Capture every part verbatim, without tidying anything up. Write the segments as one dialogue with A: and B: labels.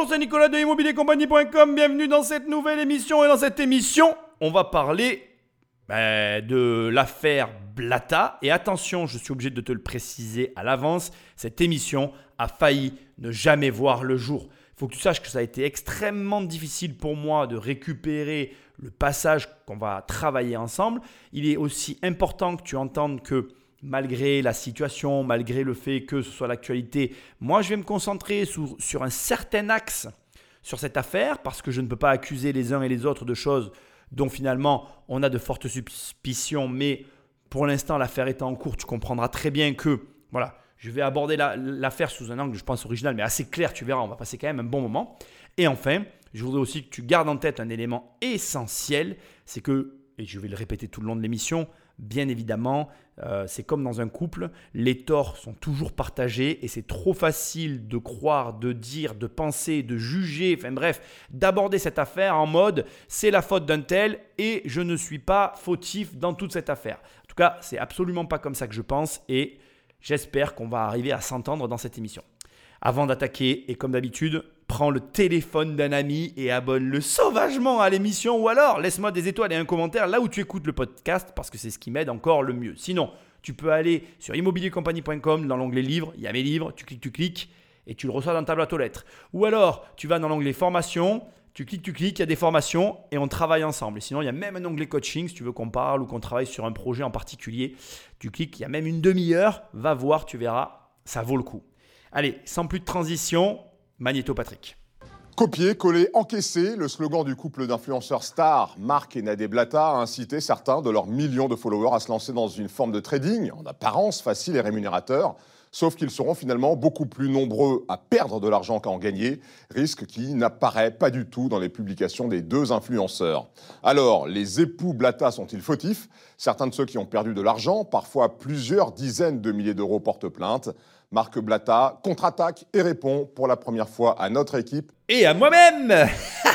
A: Bonjour, c'est Nicolas de immobilier compagnie point com. Bienvenue dans cette nouvelle émission. Et dans cette émission, on va parler bah, de l'affaire Blatta. Et attention, je suis obligé de te le préciser à l'avance, cette émission a failli ne jamais voir le jour. Il faut que tu saches que ça a été extrêmement difficile pour moi de récupérer le passage qu'on va travailler ensemble. Il est aussi important que tu entendes que malgré la situation, malgré le fait que ce soit l'actualité, moi je vais me concentrer sur, sur un certain axe sur cette affaire parce que je ne peux pas accuser les uns et les autres de choses dont finalement on a de fortes suspicions. Mais pour l'instant, l'affaire étant en cours, tu comprendras très bien que voilà, je vais aborder la, l'affaire sous un angle, je pense, original, mais assez clair, tu verras, on va passer quand même un bon moment. Et enfin, je voudrais aussi que tu gardes en tête un élément essentiel, c'est que, et je vais le répéter tout le long de l'émission, bien évidemment, euh, c'est comme dans un couple, les torts sont toujours partagés et c'est trop facile de croire, de dire, de penser, de juger, enfin bref, d'aborder cette affaire en mode c'est la faute d'un tel et je ne suis pas fautif dans toute cette affaire. En tout cas, c'est absolument pas comme ça que je pense et j'espère qu'on va arriver à s'entendre dans cette émission. Avant d'attaquer, et comme d'habitude, prends le téléphone d'un ami et abonne-le sauvagement à l'émission ou alors laisse-moi des étoiles et un commentaire là où tu écoutes le podcast parce que c'est ce qui m'aide encore le mieux. Sinon, tu peux aller sur immobilier compagnie point com dans l'onglet livres, il y a mes livres, tu cliques, tu cliques et tu le reçois dans ta boîte aux lettres. Ou alors, tu vas dans l'onglet formation, tu cliques, tu cliques, il y a des formations et on travaille ensemble. Et sinon, il y a même un onglet coaching si tu veux qu'on parle ou qu'on travaille sur un projet en particulier. Tu cliques, il y a même une demi-heure, va voir, tu verras, ça vaut le coup. Allez, sans plus de transition, Magnéto Patrick.
B: Copier, coller, encaisser, le slogan du couple d'influenceurs stars, Marc et Nadé Blatta, a incité certains de leurs millions de followers à se lancer dans une forme de trading, en apparence facile et rémunérateur, sauf qu'ils seront finalement beaucoup plus nombreux à perdre de l'argent qu'à en gagner, risque qui n'apparaît pas du tout dans les publications des deux influenceurs. Alors, les époux Blatta sont-ils fautifs ? Certains de ceux qui ont perdu de l'argent, parfois plusieurs dizaines de milliers d'euros, portent plainte. Marc Blatta contre-attaque et répond pour la première fois à notre équipe.
A: Et à moi-même.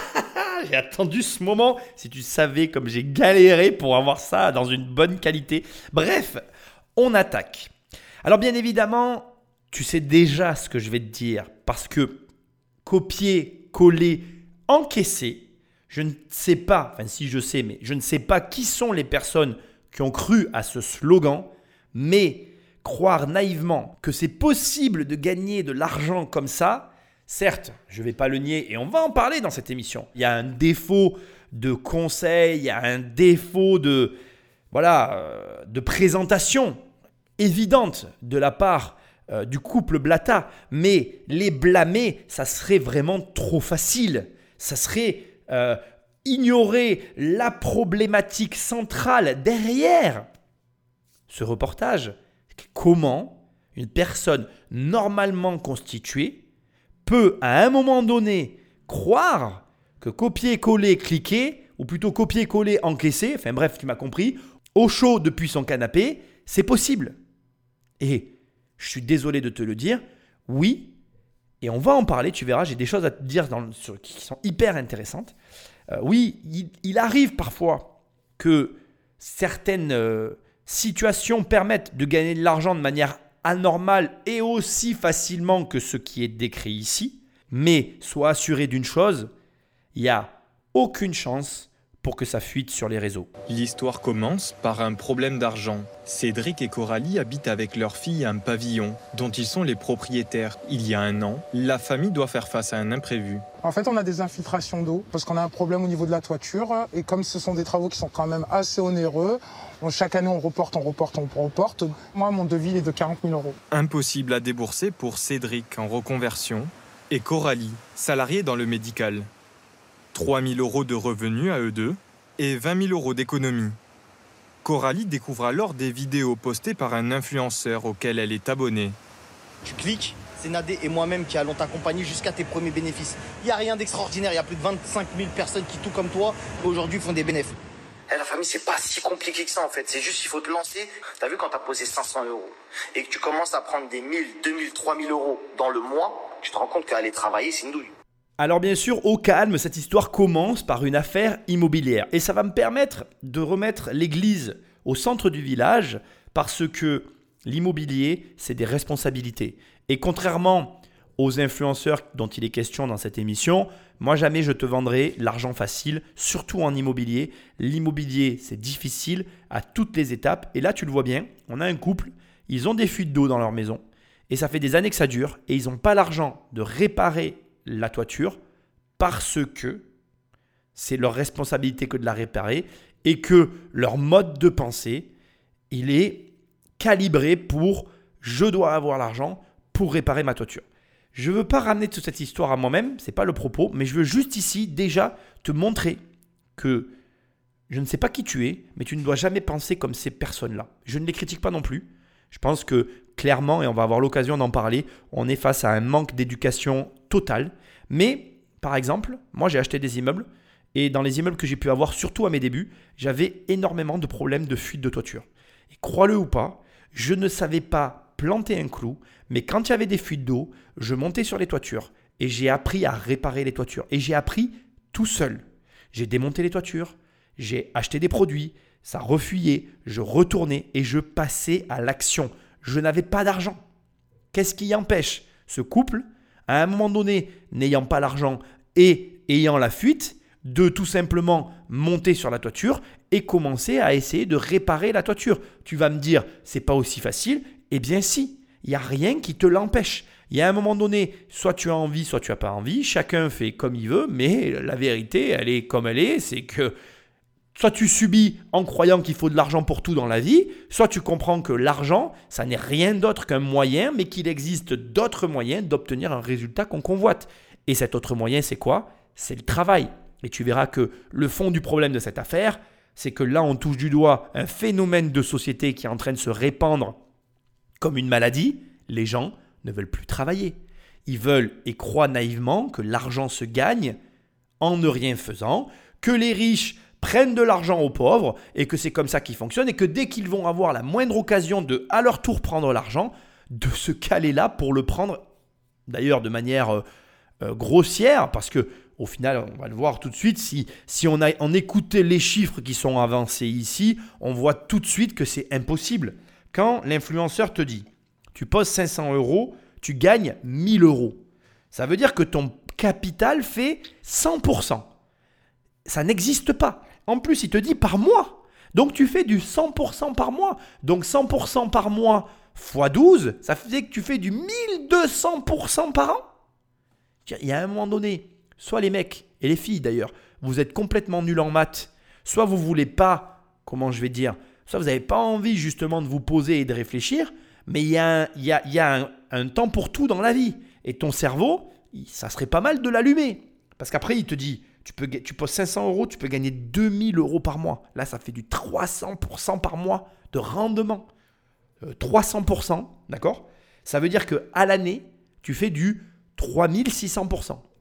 A: J'ai attendu ce moment. Si tu savais comme j'ai galéré pour avoir ça dans une bonne qualité. Bref, on attaque. Alors bien évidemment, tu sais déjà ce que je vais te dire. Parce que copier, coller, encaisser, je ne sais pas, enfin si je sais, mais je ne sais pas qui sont les personnes qui ont cru à ce slogan. Mais croire naïvement que c'est possible de gagner de l'argent comme ça, certes, je ne vais pas le nier et on va en parler dans cette émission. Il y a un défaut de conseil, il y a un défaut de, voilà, euh, de présentation évidente de la part euh, du couple Blatta. Mais les blâmer, ça serait vraiment trop facile. Ça serait euh, ignorer la problématique centrale derrière ce reportage. Comment une personne normalement constituée peut à un moment donné croire que copier-coller, cliquer, ou plutôt copier-coller, encaisser, enfin bref, tu m'as compris, au chaud depuis son canapé, c'est possible. Et je suis désolé de te le dire, oui, et on va en parler, tu verras, j'ai des choses à te dire dans, sur, qui sont hyper intéressantes. Euh, oui, il, il arrive parfois que certaines Euh, situations permettent de gagner de l'argent de manière anormale et aussi facilement que ce qui est décrit ici. Mais sois assuré d'une chose, il n'y a aucune chance pour que ça fuite sur les réseaux.
C: L'histoire commence par un problème d'argent. Cédric et Coralie habitent avec leur fille un pavillon dont ils sont les propriétaires. Il y a un an, la famille doit faire face à un imprévu.
D: En fait, on a des infiltrations d'eau parce qu'on a un problème au niveau de la toiture. Et comme ce sont des travaux qui sont quand même assez onéreux, bon, chaque année, on reporte, on reporte, on reporte. Moi, mon devis est de quarante mille euros.
C: Impossible à débourser pour Cédric en reconversion et Coralie, salariée dans le médical. trois mille euros de revenus à eux deux et vingt mille euros d'économie. Coralie découvre alors des vidéos postées par un influenceur auquel elle est abonnée.
E: Tu cliques, c'est Nadé et moi-même qui allons t'accompagner jusqu'à tes premiers bénéfices. Il n'y a rien d'extraordinaire, il y a plus de vingt-cinq mille personnes qui, tout comme toi, aujourd'hui font des bénéfices.
F: Eh, la famille, c'est pas si compliqué que ça en fait. C'est juste qu'il faut te lancer. T'as vu quand t'as posé cinq cents euros et que tu commences à prendre des mille, deux mille, trois mille euros dans le mois, tu te rends compte qu'aller travailler, c'est une douille.
A: Alors bien sûr, au calme, cette histoire commence par une affaire immobilière. Et ça va me permettre de remettre l'église au centre du village parce que l'immobilier, c'est des responsabilités. Et contrairement aux influenceurs dont il est question dans cette émission, moi jamais je te vendrai l'argent facile, surtout en immobilier. L'immobilier, c'est difficile à toutes les étapes. Et là, tu le vois bien, on a un couple, ils ont des fuites d'eau dans leur maison et ça fait des années que ça dure et ils n'ont pas l'argent de réparer la toiture parce que c'est leur responsabilité que de la réparer et que leur mode de pensée, il est calibré pour « je dois avoir l'argent pour réparer ma toiture ». Je ne veux pas ramener toute cette histoire à moi-même, ce n'est pas le propos, mais je veux juste ici déjà te montrer que je ne sais pas qui tu es, mais tu ne dois jamais penser comme ces personnes-là. Je ne les critique pas non plus. Je pense que clairement, et on va avoir l'occasion d'en parler, on est face à un manque d'éducation totale. Mais par exemple, moi j'ai acheté des immeubles et dans les immeubles que j'ai pu avoir, surtout à mes débuts, j'avais énormément de problèmes de fuite de toiture. Et crois-le ou pas, je ne savais pas planter un clou, mais quand il y avait des fuites d'eau, je montais sur les toitures et j'ai appris à réparer les toitures. Et j'ai appris tout seul. J'ai démonté les toitures, j'ai acheté des produits, ça refuyait, je retournais et je passais à l'action. Je n'avais pas d'argent. Qu'est-ce qui empêche ce couple, à un moment donné, n'ayant pas l'argent et ayant la fuite, de tout simplement monter sur la toiture et commencer à essayer de réparer la toiture? Tu vas me dire, c'est pas aussi facile. Eh bien si, il n'y a rien qui te l'empêche. Il y a un moment donné, soit tu as envie, soit tu n'as pas envie. Chacun fait comme il veut, mais la vérité, elle est comme elle est. C'est que soit tu subis en croyant qu'il faut de l'argent pour tout dans la vie, soit tu comprends que l'argent, ça n'est rien d'autre qu'un moyen, mais qu'il existe d'autres moyens d'obtenir un résultat qu'on convoite. Et cet autre moyen, c'est quoi? C'est le travail. Et tu verras que le fond du problème de cette affaire, c'est que là, on touche du doigt un phénomène de société qui est en train de se répandre comme une maladie. Les gens ne veulent plus travailler. Ils veulent et croient naïvement que l'argent se gagne en ne rien faisant, que les riches prennent de l'argent aux pauvres et que c'est comme ça qu'ils fonctionnent et que dès qu'ils vont avoir la moindre occasion de, à leur tour, prendre l'argent, de se caler là pour le prendre, d'ailleurs de manière euh, euh, grossière, parce que au final, on va le voir tout de suite, si, si on, a, on écoutait les chiffres qui sont avancés ici, on voit tout de suite que c'est impossible. Quand l'influenceur te dit, tu poses cinq cents euros, tu gagnes mille euros. Ça veut dire que ton capital fait cent pour cent. Ça n'existe pas. En plus, il te dit par mois. Donc, tu fais du cent pour cent par mois. Donc, cent pour cent par mois fois douze, ça fait que tu fais du mille deux cents pour cent par an. Il y a un moment donné, soit les mecs et les filles d'ailleurs, vous êtes complètement nuls en maths, soit vous ne voulez pas, comment je vais dire, soit vous n'avez pas envie justement de vous poser et de réfléchir, mais il y a, un, il y a, il y a un, un temps pour tout dans la vie. Et ton cerveau, ça serait pas mal de l'allumer. Parce qu'après, il te dit, tu, peux, tu poses cinq cents euros, tu peux gagner deux mille euros par mois. Là, ça fait du trois cents pour cent par mois de rendement. Euh, trois cents pour cent, d'accord? Ça veut dire qu'à l'année, tu fais du trois mille six cents pour cent.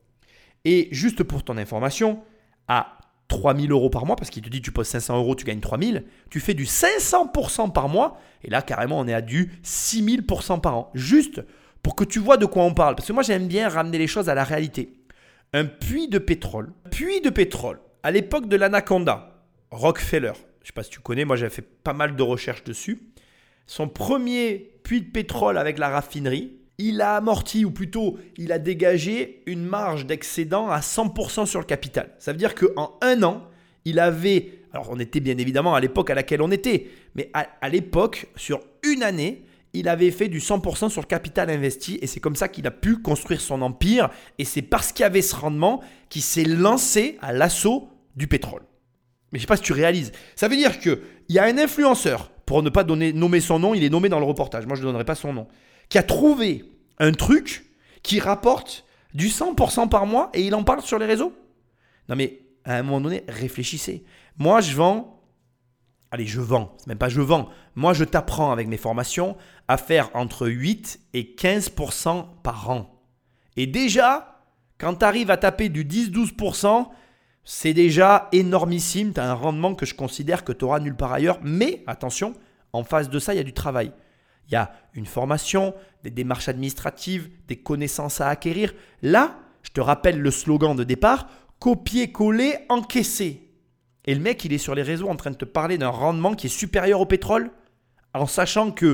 A: Et juste pour ton information, à trois mille euros par mois, parce qu'il te dit tu poses cinq cents euros, tu gagnes trois mille, tu fais du cinq cents pour cent par mois, et là carrément on est à du six mille pour cent par an. Juste pour que tu vois de quoi on parle, parce que moi j'aime bien ramener les choses à la réalité. Un puits de pétrole, puits de pétrole, à l'époque de l'Anaconda, Rockefeller, je ne sais pas si tu connais, moi j'avais fait pas mal de recherches dessus, son premier puits de pétrole avec la raffinerie, il a amorti, ou plutôt, il a dégagé une marge d'excédent à cent pour cent sur le capital. Ça veut dire qu'en un an, il avait, alors on était bien évidemment à l'époque à laquelle on était, mais à, à l'époque, sur une année, il avait fait du cent pour cent sur le capital investi et c'est comme ça qu'il a pu construire son empire. Et c'est parce qu'il y avait ce rendement qu'il s'est lancé à l'assaut du pétrole. Mais je ne sais pas si tu réalises. Ça veut dire qu'il y a un influenceur, pour ne pas donner, nommer son nom, il est nommé dans le reportage, moi je ne donnerai pas son nom, qui a trouvé un truc qui rapporte du cent pour cent par mois et il en parle sur les réseaux. Non mais à un moment donné, réfléchissez. Moi, je vends, allez, je vends, c'est même pas je vends. Moi, je t'apprends avec mes formations à faire entre huit et quinze pour cent par an. Et déjà, quand tu arrives à taper du dix à douze pour cent, c'est déjà énormissime. Tu as un rendement que je considère que tu auras nulle part ailleurs. Mais attention, en face de ça, il y a du travail. Il y a une formation, des démarches administratives, des connaissances à acquérir. Là, je te rappelle le slogan de départ, copier-coller, encaisser. Et le mec, il est sur les réseaux en train de te parler d'un rendement qui est supérieur au pétrole, en sachant que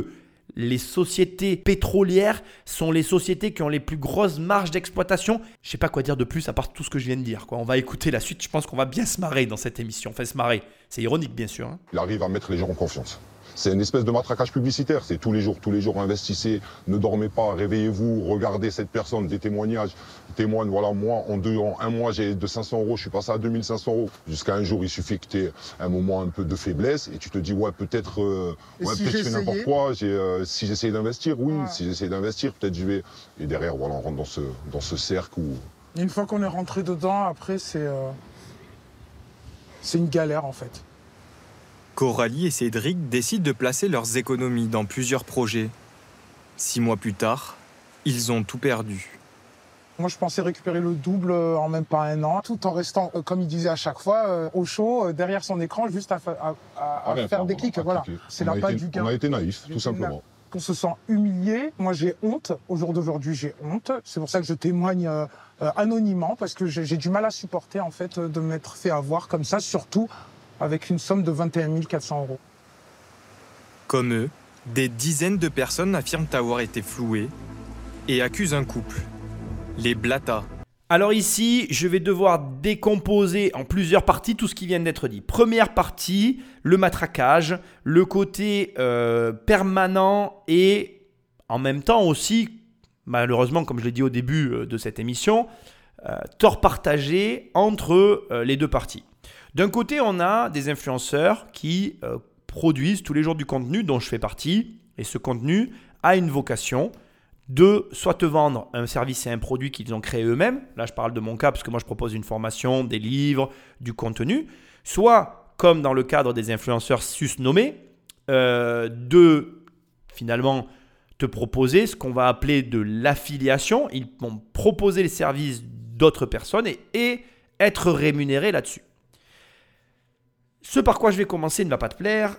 A: les sociétés pétrolières sont les sociétés qui ont les plus grosses marges d'exploitation. Je ne sais pas quoi dire de plus à part tout ce que je viens de dire, quoi. On va écouter la suite, je pense qu'on va bien se marrer dans cette émission. Enfin, se marrer, c'est ironique bien sûr. Hein.
G: Il arrive à mettre les gens en confiance. C'est une espèce de matraquage publicitaire. C'est tous les jours, tous les jours, investissez, ne dormez pas, réveillez-vous, regardez cette personne, des témoignages. Témoigne, voilà, moi, en, deux, en un mois, j'ai de cinq cents euros, je suis passé à deux mille cinq cents euros. Jusqu'à un jour, il suffit que tu aies un moment un peu de faiblesse et tu te dis, ouais, peut-être euh, ouais,
D: si
G: peut-être je fais n'importe quoi. J'ai, euh, si j'essaye d'investir, oui, ouais. si j'essaye d'investir, peut-être je vais. Et derrière, voilà, on rentre dans ce, dans ce cercle où.
D: Et une fois qu'on est rentré dedans, après, c'est, euh, c'est une galère, en fait.
C: Coralie et Cédric décident de placer leurs économies dans plusieurs projets. Six mois plus tard, ils ont tout perdu.
D: Moi, je pensais récupérer le double en même pas un an, tout en restant, euh, comme il disait à chaque fois, euh, au chaud, euh, derrière son écran, juste à, fa- à, à, à faire des clics. Voilà. C'est la patte du gain.
G: On a été naïfs, tout simplement.
D: On se sent humilié. Moi, j'ai honte. Au jour d'aujourd'hui, j'ai honte. C'est pour ça que je témoigne euh, euh, anonymement, parce que j'ai, j'ai du mal à supporter, en fait, de m'être fait avoir comme ça, surtout avec une somme de vingt et un mille quatre cents euros.
C: Comme eux, des dizaines de personnes affirment avoir été flouées et accusent un couple, les Blatta.
A: Alors ici, je vais devoir décomposer en plusieurs parties tout ce qui vient d'être dit. Première partie, le matraquage, le côté euh, permanent et en même temps aussi, malheureusement, comme je l'ai dit au début de cette émission, euh, tort partagé entre euh, les deux parties. D'un côté, on a des influenceurs qui euh, produisent tous les jours du contenu dont je fais partie. Et ce contenu a une vocation de soit te vendre un service et un produit qu'ils ont créé eux-mêmes. Là, je parle de mon cas parce que moi, je propose une formation, des livres, du contenu. Soit, comme dans le cadre des influenceurs susnommés, euh, de finalement te proposer ce qu'on va appeler de l'affiliation. Ils vont proposer les services d'autres personnes et, et être rémunérés là-dessus. Ce par quoi je vais commencer ne va pas te plaire,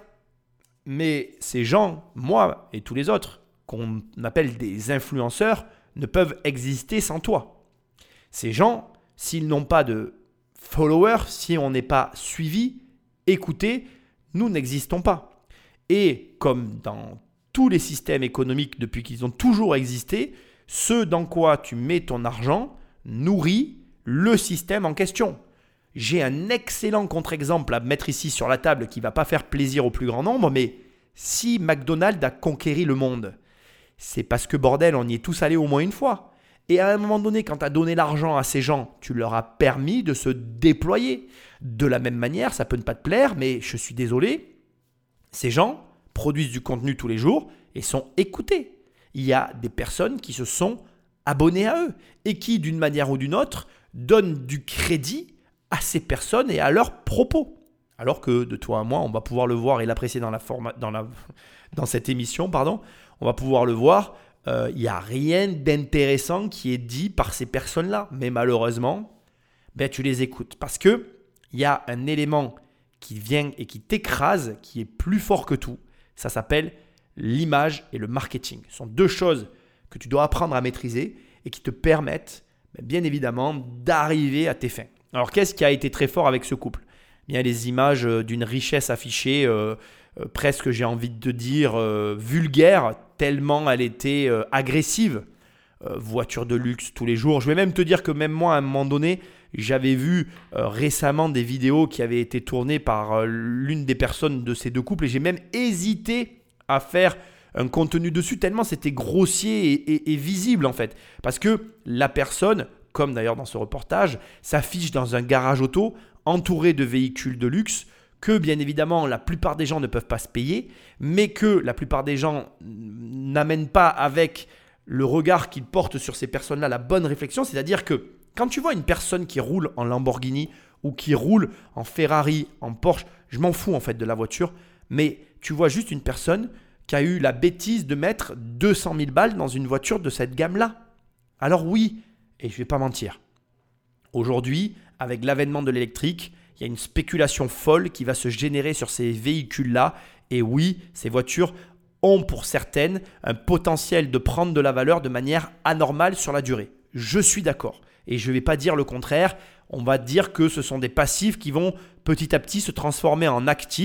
A: mais ces gens, moi et tous les autres, qu'on appelle des influenceurs, ne peuvent exister sans toi. Ces gens, s'ils n'ont pas de followers, si on n'est pas suivi, écouté, nous n'existons pas. Et comme dans tous les systèmes économiques depuis qu'ils ont toujours existé, ce dans quoi tu mets ton argent nourrit le système en question. J'ai un excellent contre-exemple à mettre ici sur la table qui ne va pas faire plaisir au plus grand nombre, mais si McDonald's a conquéri le monde, c'est parce que bordel, on y est tous allés au moins une fois. Et à un moment donné, quand tu as donné l'argent à ces gens, tu leur as permis de se déployer. De la même manière, ça peut ne pas te plaire, mais je suis désolé, ces gens produisent du contenu tous les jours et sont écoutés. Il y a des personnes qui se sont abonnées à eux et qui, d'une manière ou d'une autre, donnent du crédit à ces personnes et à leurs propos. Alors que de toi à moi, on va pouvoir le voir et l'apprécier dans, la forma, dans, la, dans cette émission, pardon, on va pouvoir le voir, il euh, n'y a rien d'intéressant qui est dit par ces personnes-là. Mais malheureusement, ben, tu les écoutes parce qu'il y a un élément qui vient et qui t'écrase, qui est plus fort que tout. Ça s'appelle l'image et le marketing. Ce sont deux choses que tu dois apprendre à maîtriser et qui te permettent, ben, bien évidemment, d'arriver à tes fins. Alors, qu'est-ce qui a été très fort avec ce couple ? Bien, les images d'une richesse affichée, euh, euh, presque, j'ai envie de dire, euh, vulgaire, tellement elle était euh, agressive. Euh, voiture de luxe tous les jours. Je vais même te dire que même moi, à un moment donné, j'avais vu euh, récemment des vidéos qui avaient été tournées par euh, l'une des personnes de ces deux couples et j'ai même hésité à faire un contenu dessus tellement c'était grossier et, et, et visible en fait. Parce que la personne, comme d'ailleurs dans ce reportage, s'affiche dans un garage auto entouré de véhicules de luxe que bien évidemment la plupart des gens ne peuvent pas se payer, mais que la plupart des gens n'amènent pas avec le regard qu'ils portent sur ces personnes-là la bonne réflexion, c'est-à-dire que quand tu vois une personne qui roule en Lamborghini ou qui roule en Ferrari, en Porsche, je m'en fous en fait de la voiture, mais tu vois juste une personne qui a eu la bêtise de mettre deux cent mille balles dans une voiture de cette gamme-là. Alors oui, et je ne vais pas mentir, aujourd'hui, avec l'avènement de l'électrique, il y a une spéculation folle qui va se générer sur ces véhicules-là. Et oui, ces voitures ont pour certaines un potentiel de prendre de la valeur de manière anormale sur la durée. Je suis d'accord. Et je ne vais pas dire le contraire. On va dire que ce sont des passifs qui vont petit à petit se transformer en actifs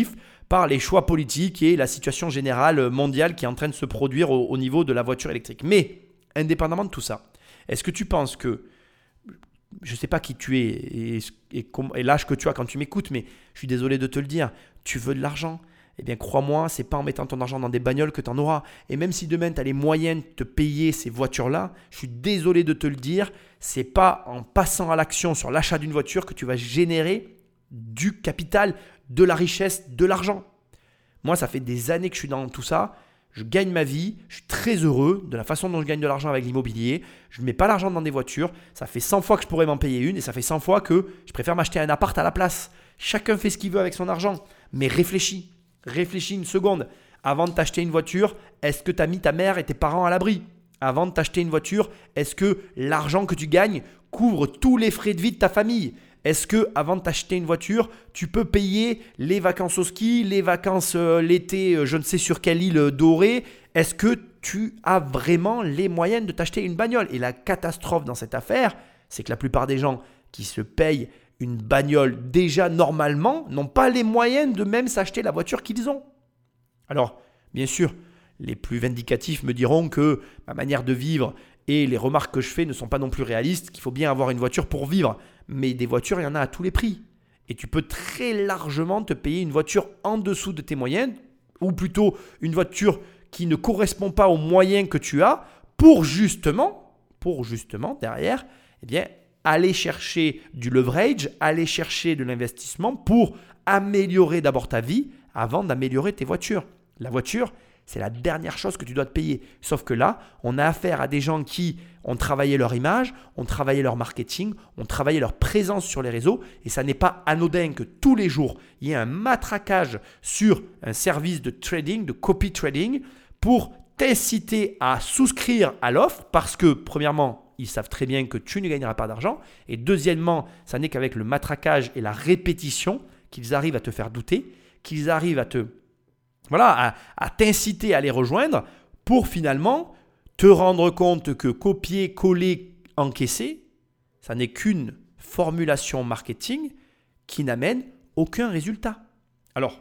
A: par les choix politiques et la situation générale mondiale qui est en train de se produire au, au niveau de la voiture électrique. Mais, indépendamment de tout ça, est-ce que tu penses que, je ne sais pas qui tu es et, et, et l'âge que tu as quand tu m'écoutes, mais je suis désolé de te le dire, tu veux de l'argent ? Eh bien, crois-moi, ce n'est pas en mettant ton argent dans des bagnoles que tu en auras. Et même si demain, tu as les moyens de te payer ces voitures-là, je suis désolé de te le dire, ce n'est pas en passant à l'action sur l'achat d'une voiture que tu vas générer du capital, de la richesse, de l'argent. Moi, ça fait des années que je suis dans tout ça. Je gagne ma vie, je suis très heureux de la façon dont je gagne de l'argent avec l'immobilier. Je ne mets pas l'argent dans des voitures. Ça fait cent fois que je pourrais m'en payer une et ça fait cent fois que je préfère m'acheter un appart à la place. Chacun fait ce qu'il veut avec son argent, mais réfléchis. Réfléchis une seconde. Avant de t'acheter une voiture, est-ce que tu as mis ta mère et tes parents à l'abri ? Avant de t'acheter une voiture, est-ce que l'argent que tu gagnes couvre tous les frais de vie de ta famille ? Est-ce que avant de t'acheter une voiture, tu peux payer les vacances au ski, les vacances euh, l'été, euh, je ne sais sur quelle île euh, dorée ? Est-ce que tu as vraiment les moyens de t'acheter une bagnole ? Et la catastrophe dans cette affaire, c'est que la plupart des gens qui se payent une bagnole déjà normalement n'ont pas les moyens de même s'acheter la voiture qu'ils ont. Alors, bien sûr, les plus vindicatifs me diront que ma manière de vivre et les remarques que je fais ne sont pas non plus réalistes, qu'il faut bien avoir une voiture pour vivre. Mais des voitures, il y en a à tous les prix. Et tu peux très largement te payer une voiture en dessous de tes moyens, ou plutôt une voiture qui ne correspond pas aux moyens que tu as, pour justement, pour justement derrière, eh bien, aller chercher du leverage, aller chercher de l'investissement pour améliorer d'abord ta vie avant d'améliorer tes voitures. La voiture, c'est la dernière chose que tu dois te payer. Sauf que là, on a affaire à des gens qui ont travaillé leur image, ont travaillé leur marketing, ont travaillé leur présence sur les réseaux. Et ça n'est pas anodin que tous les jours, il y ait un matraquage sur un service de trading, de copy trading, pour t'inciter à souscrire à l'offre parce que, premièrement, ils savent très bien que tu ne gagneras pas d'argent. Et deuxièmement, ça n'est qu'avec le matraquage et la répétition qu'ils arrivent à te faire douter, qu'ils arrivent à te, voilà, à, à t'inciter à les rejoindre pour finalement te rendre compte que copier, coller, encaisser, ça n'est qu'une formulation marketing qui n'amène aucun résultat. Alors,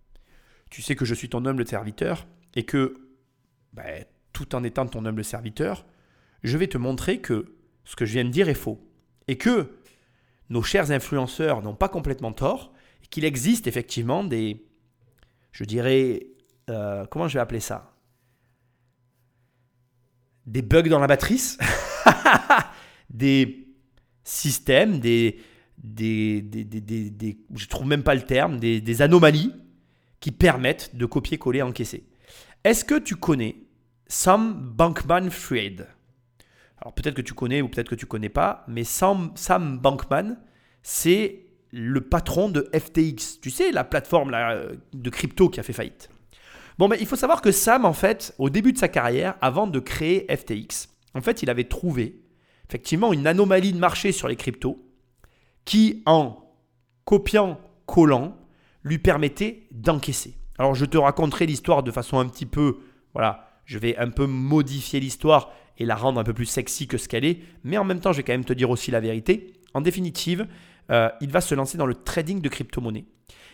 A: tu sais que je suis ton humble serviteur et que, ben, tout en étant ton humble serviteur, je vais te montrer que ce que je viens de dire est faux et que nos chers influenceurs n'ont pas complètement tort et qu'il existe effectivement des, je dirais, euh, comment je vais appeler ça ? Des bugs dans la matrice, des systèmes, des, des, des, des, des, des je ne trouve même pas le terme, des, des anomalies qui permettent de copier-coller, encaisser. Est-ce que tu connais Sam Bankman-Fried ? Alors peut-être que tu connais ou peut-être que tu ne connais pas, mais Sam, Sam Bankman, c'est le patron de F T X. Tu sais, la plateforme là, de crypto qui a fait faillite. Bon, mais il faut savoir que Sam, en fait, au début de sa carrière, avant de créer F T X, en fait, il avait trouvé effectivement une anomalie de marché sur les cryptos qui, en copiant, collant, lui permettait d'encaisser. Alors, je te raconterai l'histoire de façon un petit peu, voilà, je vais un peu modifier l'histoire et la rendre un peu plus sexy que ce qu'elle est, mais en même temps, je vais quand même te dire aussi la vérité. En définitive, euh, il va se lancer dans le trading de crypto-monnaies.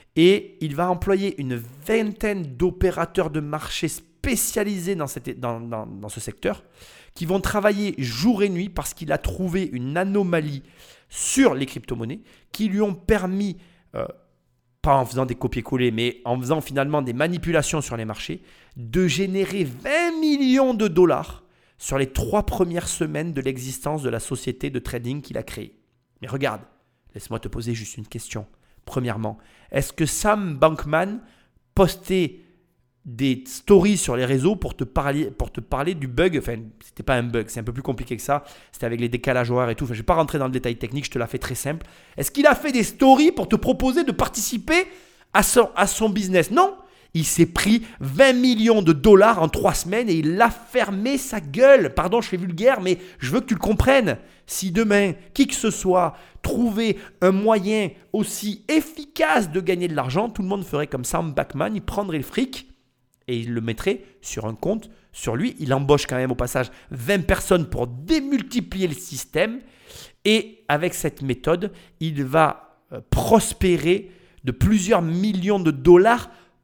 A: Et il va employer une vingtaine d'opérateurs de marché spécialisés dans, cette, dans, dans, dans ce secteur qui vont travailler jour et nuit parce qu'il a trouvé une anomalie sur les crypto-monnaies qui lui ont permis, euh, pas en faisant des copier-coller, mais en faisant finalement des manipulations sur les marchés, de générer vingt millions de dollars sur les trois premières semaines de l'existence de la société de trading qu'il a créée. Mais regarde, laisse-moi te poser juste une question. Premièrement, est-ce que Sam Bankman postait des stories sur les réseaux pour te parler, pour te parler du bug? Enfin, c'était pas un bug, c'est un peu plus compliqué que ça. C'était avec les décalages horaires et tout. Enfin, je ne vais pas rentrer dans le détail technique, je te la fais très simple. Est-ce qu'il a fait des stories pour te proposer de participer à son, à son business? Non, il s'est pris vingt millions de dollars en trois semaines et il a fermé sa gueule. Pardon, je fais vulgaire, mais je veux que tu le comprennes. Si demain, qui que ce soit trouvait un moyen aussi efficace de gagner de l'argent, tout le monde ferait comme Sam Bankman, il prendrait le fric et il le mettrait sur un compte sur lui. Il embauche quand même au passage vingt personnes pour démultiplier le système. Et avec cette méthode, il va prospérer de plusieurs millions de dollars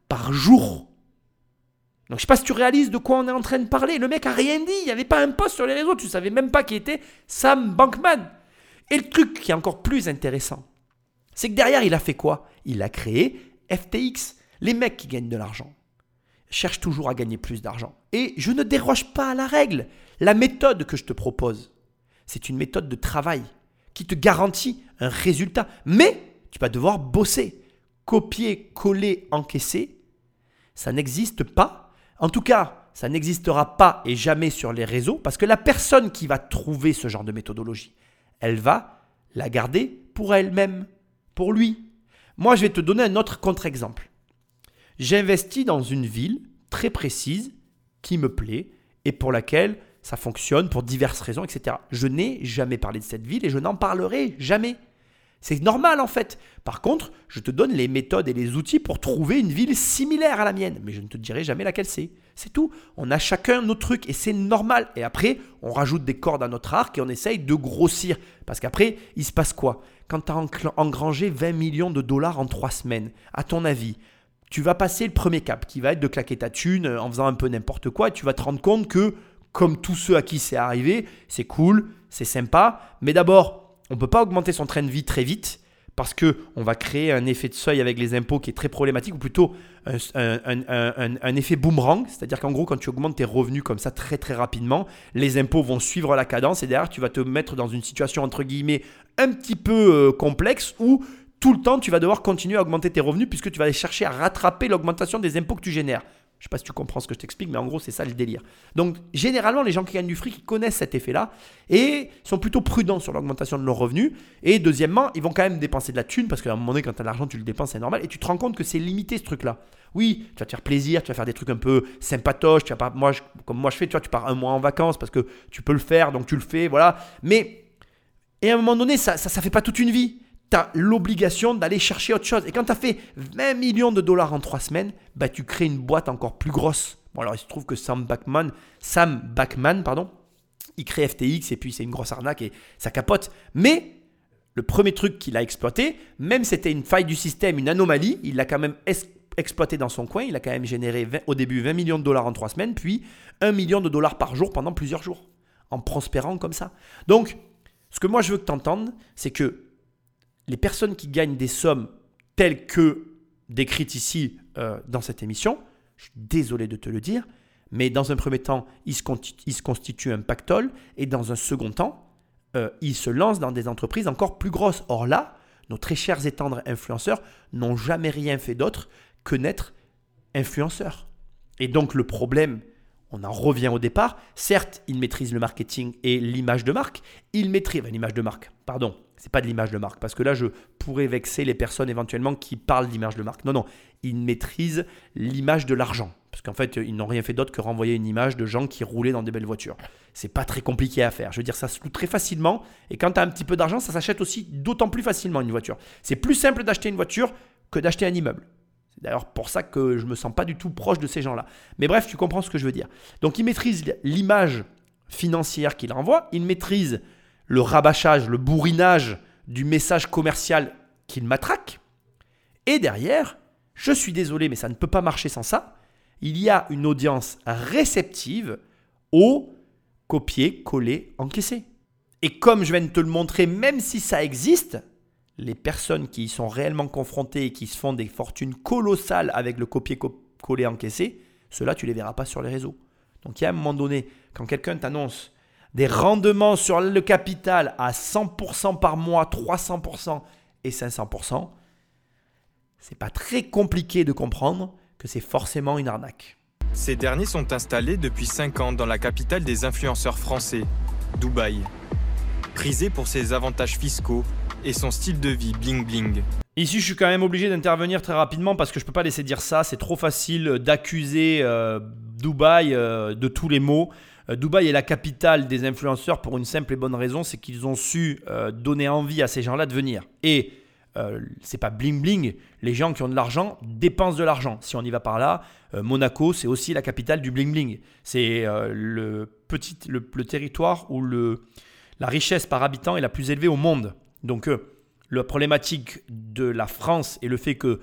A: par jour. Donc je sais pas si tu réalises de quoi on est en train de parler. Le mec a rien dit, il n'y avait pas un post sur les réseaux, tu savais même pas qui était Sam Bankman. Et le truc qui est encore plus intéressant, c'est que derrière il a fait quoi? Il a créé F T X. Les mecs qui gagnent de l'argent cherchent toujours à gagner plus d'argent. Et je ne déroge pas à la règle. La méthode que je te propose, c'est une méthode de travail qui te garantit un résultat. Mais tu vas devoir bosser. Copier, coller, encaisser, ça n'existe pas. En tout cas, ça n'existera pas et jamais sur les réseaux parce que la personne qui va trouver ce genre de méthodologie, elle va la garder pour elle-même, pour lui. Moi, je vais te donner un autre contre-exemple. J'investis dans une ville très précise qui me plaît et pour laquelle ça fonctionne pour diverses raisons, et cetera. Je n'ai jamais parlé de cette ville et je n'en parlerai jamais. C'est normal en fait. Par contre, je te donne les méthodes et les outils pour trouver une ville similaire à la mienne. Mais je ne te dirai jamais laquelle c'est. C'est tout. On a chacun nos trucs et c'est normal. Et après, on rajoute des cordes à notre arc et on essaye de grossir. Parce qu'après, il se passe quoi? Quand tu as engrangé vingt millions de dollars en trois semaines, à ton avis, tu vas passer le premier cap qui va être de claquer ta thune en faisant un peu n'importe quoi. Et tu vas te rendre compte que, comme tous ceux à qui c'est arrivé, c'est cool, c'est sympa. Mais d'abord, on ne peut pas augmenter son train de vie très vite parce qu'on va créer un effet de seuil avec les impôts qui est très problématique ou plutôt un, un, un, un, un effet boomerang. C'est-à-dire qu'en gros, quand tu augmentes tes revenus comme ça très très rapidement, les impôts vont suivre la cadence et derrière, tu vas te mettre dans une situation entre guillemets un petit peu euh, complexe où tout le temps, tu vas devoir continuer à augmenter tes revenus puisque tu vas aller chercher à rattraper l'augmentation des impôts que tu génères. Je ne sais pas si tu comprends ce que je t'explique, mais en gros, c'est ça le délire. Donc, généralement, les gens qui gagnent du fric, ils connaissent cet effet-là et sont plutôt prudents sur l'augmentation de leurs revenus. Et deuxièmement, ils vont quand même dépenser de la thune parce qu'à un moment donné, quand tu as de l'argent, tu le dépenses, c'est normal. Et tu te rends compte que c'est limité ce truc-là. Oui, tu vas te faire plaisir, tu vas faire des trucs un peu sympatoches. Tu vas pas, moi, je, comme moi je fais, tu vois, tu pars un mois en vacances parce que tu peux le faire, donc tu le fais, voilà. Mais, et à un moment donné, ça ne ça, ça fait pas toute une vie. Tu as l'obligation d'aller chercher autre chose. Et quand tu as fait vingt millions de dollars en trois semaines, bah, tu crées une boîte encore plus grosse. Bon, alors il se trouve que Sam Bankman, Sam Bankman, pardon, il crée F T X et puis c'est une grosse arnaque et ça capote. Mais le premier truc qu'il a exploité, même si c'était une faille du système, une anomalie, il l'a quand même es- exploité dans son coin. Il a quand même généré vingt, au début vingt millions de dollars en trois semaines, puis un million de dollars par jour pendant plusieurs jours, en prospérant comme ça. Donc, ce que moi je veux que tu entendes, c'est que les personnes qui gagnent des sommes telles que décrites ici euh, dans cette émission, je suis désolé de te le dire, mais dans un premier temps, ils se, constitu- ils se constituent un pactole et dans un second temps, euh, ils se lancent dans des entreprises encore plus grosses. Or là, nos très chers et tendres influenceurs n'ont jamais rien fait d'autre que n'être influenceurs. Et donc le problème, on en revient au départ, certes, ils maîtrisent le marketing et l'image de marque, ils maîtrisent enfin, l'image de marque, pardon. C'est pas de l'image de marque parce que là, je pourrais vexer les personnes éventuellement qui parlent d'image de marque. Non, non, ils maîtrisent l'image de l'argent parce qu'en fait, ils n'ont rien fait d'autre que renvoyer une image de gens qui roulaient dans des belles voitures. C'est pas très compliqué à faire. Je veux dire, ça se loue très facilement et quand tu as un petit peu d'argent, ça s'achète aussi d'autant plus facilement une voiture. C'est plus simple d'acheter une voiture que d'acheter un immeuble. C'est d'ailleurs pour ça que je ne me sens pas du tout proche de ces gens-là. Mais bref, tu comprends ce que je veux dire. Donc, ils maîtrisent l'image financière qu'ils renvoient, ils maîtrisent le rabâchage, le bourrinage du message commercial qu'il matraque. Et derrière, je suis désolé, mais ça ne peut pas marcher sans ça, il y a une audience réceptive au copier, coller, encaisser. Et comme je viens de te le montrer, même si ça existe, les personnes qui y sont réellement confrontées et qui se font des fortunes colossales avec le copier, coller, encaisser, ceux-là, tu ne les verras pas sur les réseaux. Donc, il y a un moment donné, quand quelqu'un t'annonce des rendements sur le capital à cent pour cent par mois, trois cents pour cent et cinq cents pour cent, c'est pas très compliqué de comprendre que c'est forcément une arnaque.
C: Ces derniers sont installés depuis cinq ans dans la capitale des influenceurs français, Dubaï. Prisé pour ses avantages fiscaux et son style de vie bling bling.
A: Ici, je suis quand même obligé d'intervenir très rapidement parce que je ne peux pas laisser dire ça. C'est trop facile d'accuser euh, Dubaï euh, de tous les maux. Dubaï est la capitale des influenceurs pour une simple et bonne raison, c'est qu'ils ont su euh, donner envie à ces gens-là de venir. Et euh, c'est pas bling bling, les gens qui ont de l'argent dépensent de l'argent. Si on y va par là, euh, Monaco, c'est aussi la capitale du bling bling. C'est euh, le, petit, le, le territoire où le, la richesse par habitant est la plus élevée au monde. Donc euh, la problématique de la France est le fait que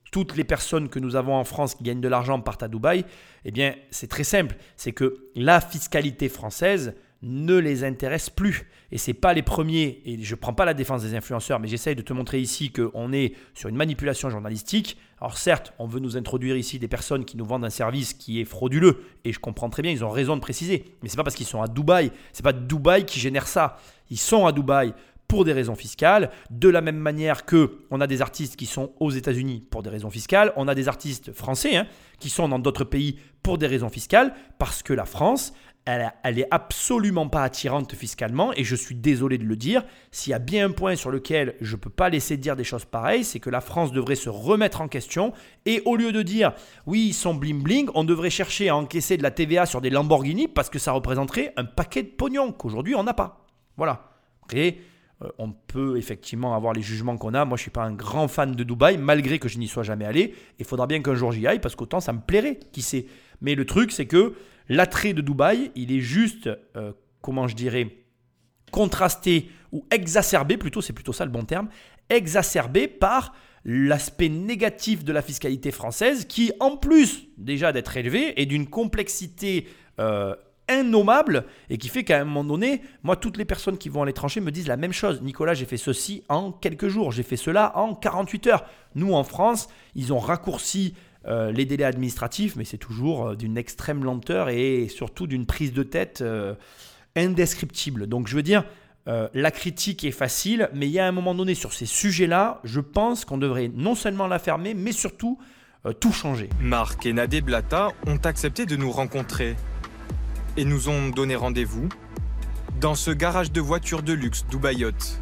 A: toutes les personnes que nous avons en France qui gagnent de l'argent partent à Dubaï, eh bien, c'est très simple. C'est que la fiscalité française ne les intéresse plus. Et ce n'est pas les premiers, et je ne prends pas la défense des influenceurs, mais j'essaye de te montrer ici qu'on est sur une manipulation journalistique. Alors certes, on veut nous introduire ici des personnes qui nous vendent un service qui est frauduleux, et je comprends très bien, ils ont raison de préciser. Mais ce n'est pas parce qu'ils sont à Dubaï, ce n'est pas Dubaï qui génère ça. Ils sont à Dubaï pour des raisons fiscales, de la même manière qu'on a des artistes qui sont aux États-Unis pour des raisons fiscales, on a des artistes français hein, qui sont dans d'autres pays pour des raisons fiscales, parce que la France, elle, elle est absolument pas attirante fiscalement, et je suis désolé de le dire, s'il y a bien un point sur lequel je ne peux pas laisser dire des choses pareilles, c'est que la France devrait se remettre en question, et au lieu de dire « oui, ils sont bling-bling », on devrait chercher à encaisser de la T V A sur des Lamborghini, parce que ça représenterait un paquet de pognon qu'aujourd'hui on n'a pas. Voilà. Et Euh, on peut effectivement avoir les jugements qu'on a. Moi, je ne suis pas un grand fan de Dubaï, malgré que je n'y sois jamais allé. Il faudra bien qu'un jour j'y aille, parce qu'autant ça me plairait, qui sait. Mais le truc, c'est que l'attrait de Dubaï, il est juste, euh, comment je dirais, contrasté ou exacerbé, plutôt, c'est plutôt ça le bon terme, exacerbé par l'aspect négatif de la fiscalité française, qui, en plus déjà d'être élevée, est d'une complexité euh, innommable, et qui fait qu'à un moment donné, moi, toutes les personnes qui vont à l'étranger me disent la même chose. Nicolas, j'ai fait ceci en quelques jours, j'ai fait cela en quarante-huit heures. Nous, en France, ils ont raccourci euh, les délais administratifs, mais c'est toujours euh, d'une extrême lenteur et surtout d'une prise de tête euh, indescriptible. Donc, je veux dire, euh, la critique est facile, mais il y a un moment donné sur ces sujets-là, je pense qu'on devrait non seulement la fermer, mais surtout euh, tout changer.
C: Marc et Nadé Blata ont accepté de nous rencontrer et nous ont donné rendez-vous dans ce garage de voitures de luxe Dubaï Yacht.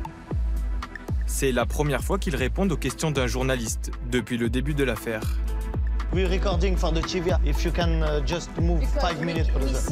C: C'est la première fois qu'ils répondent aux questions d'un journaliste depuis le début de l'affaire.
E: We're recording for the T V. If you can uh, just move five minutes, please.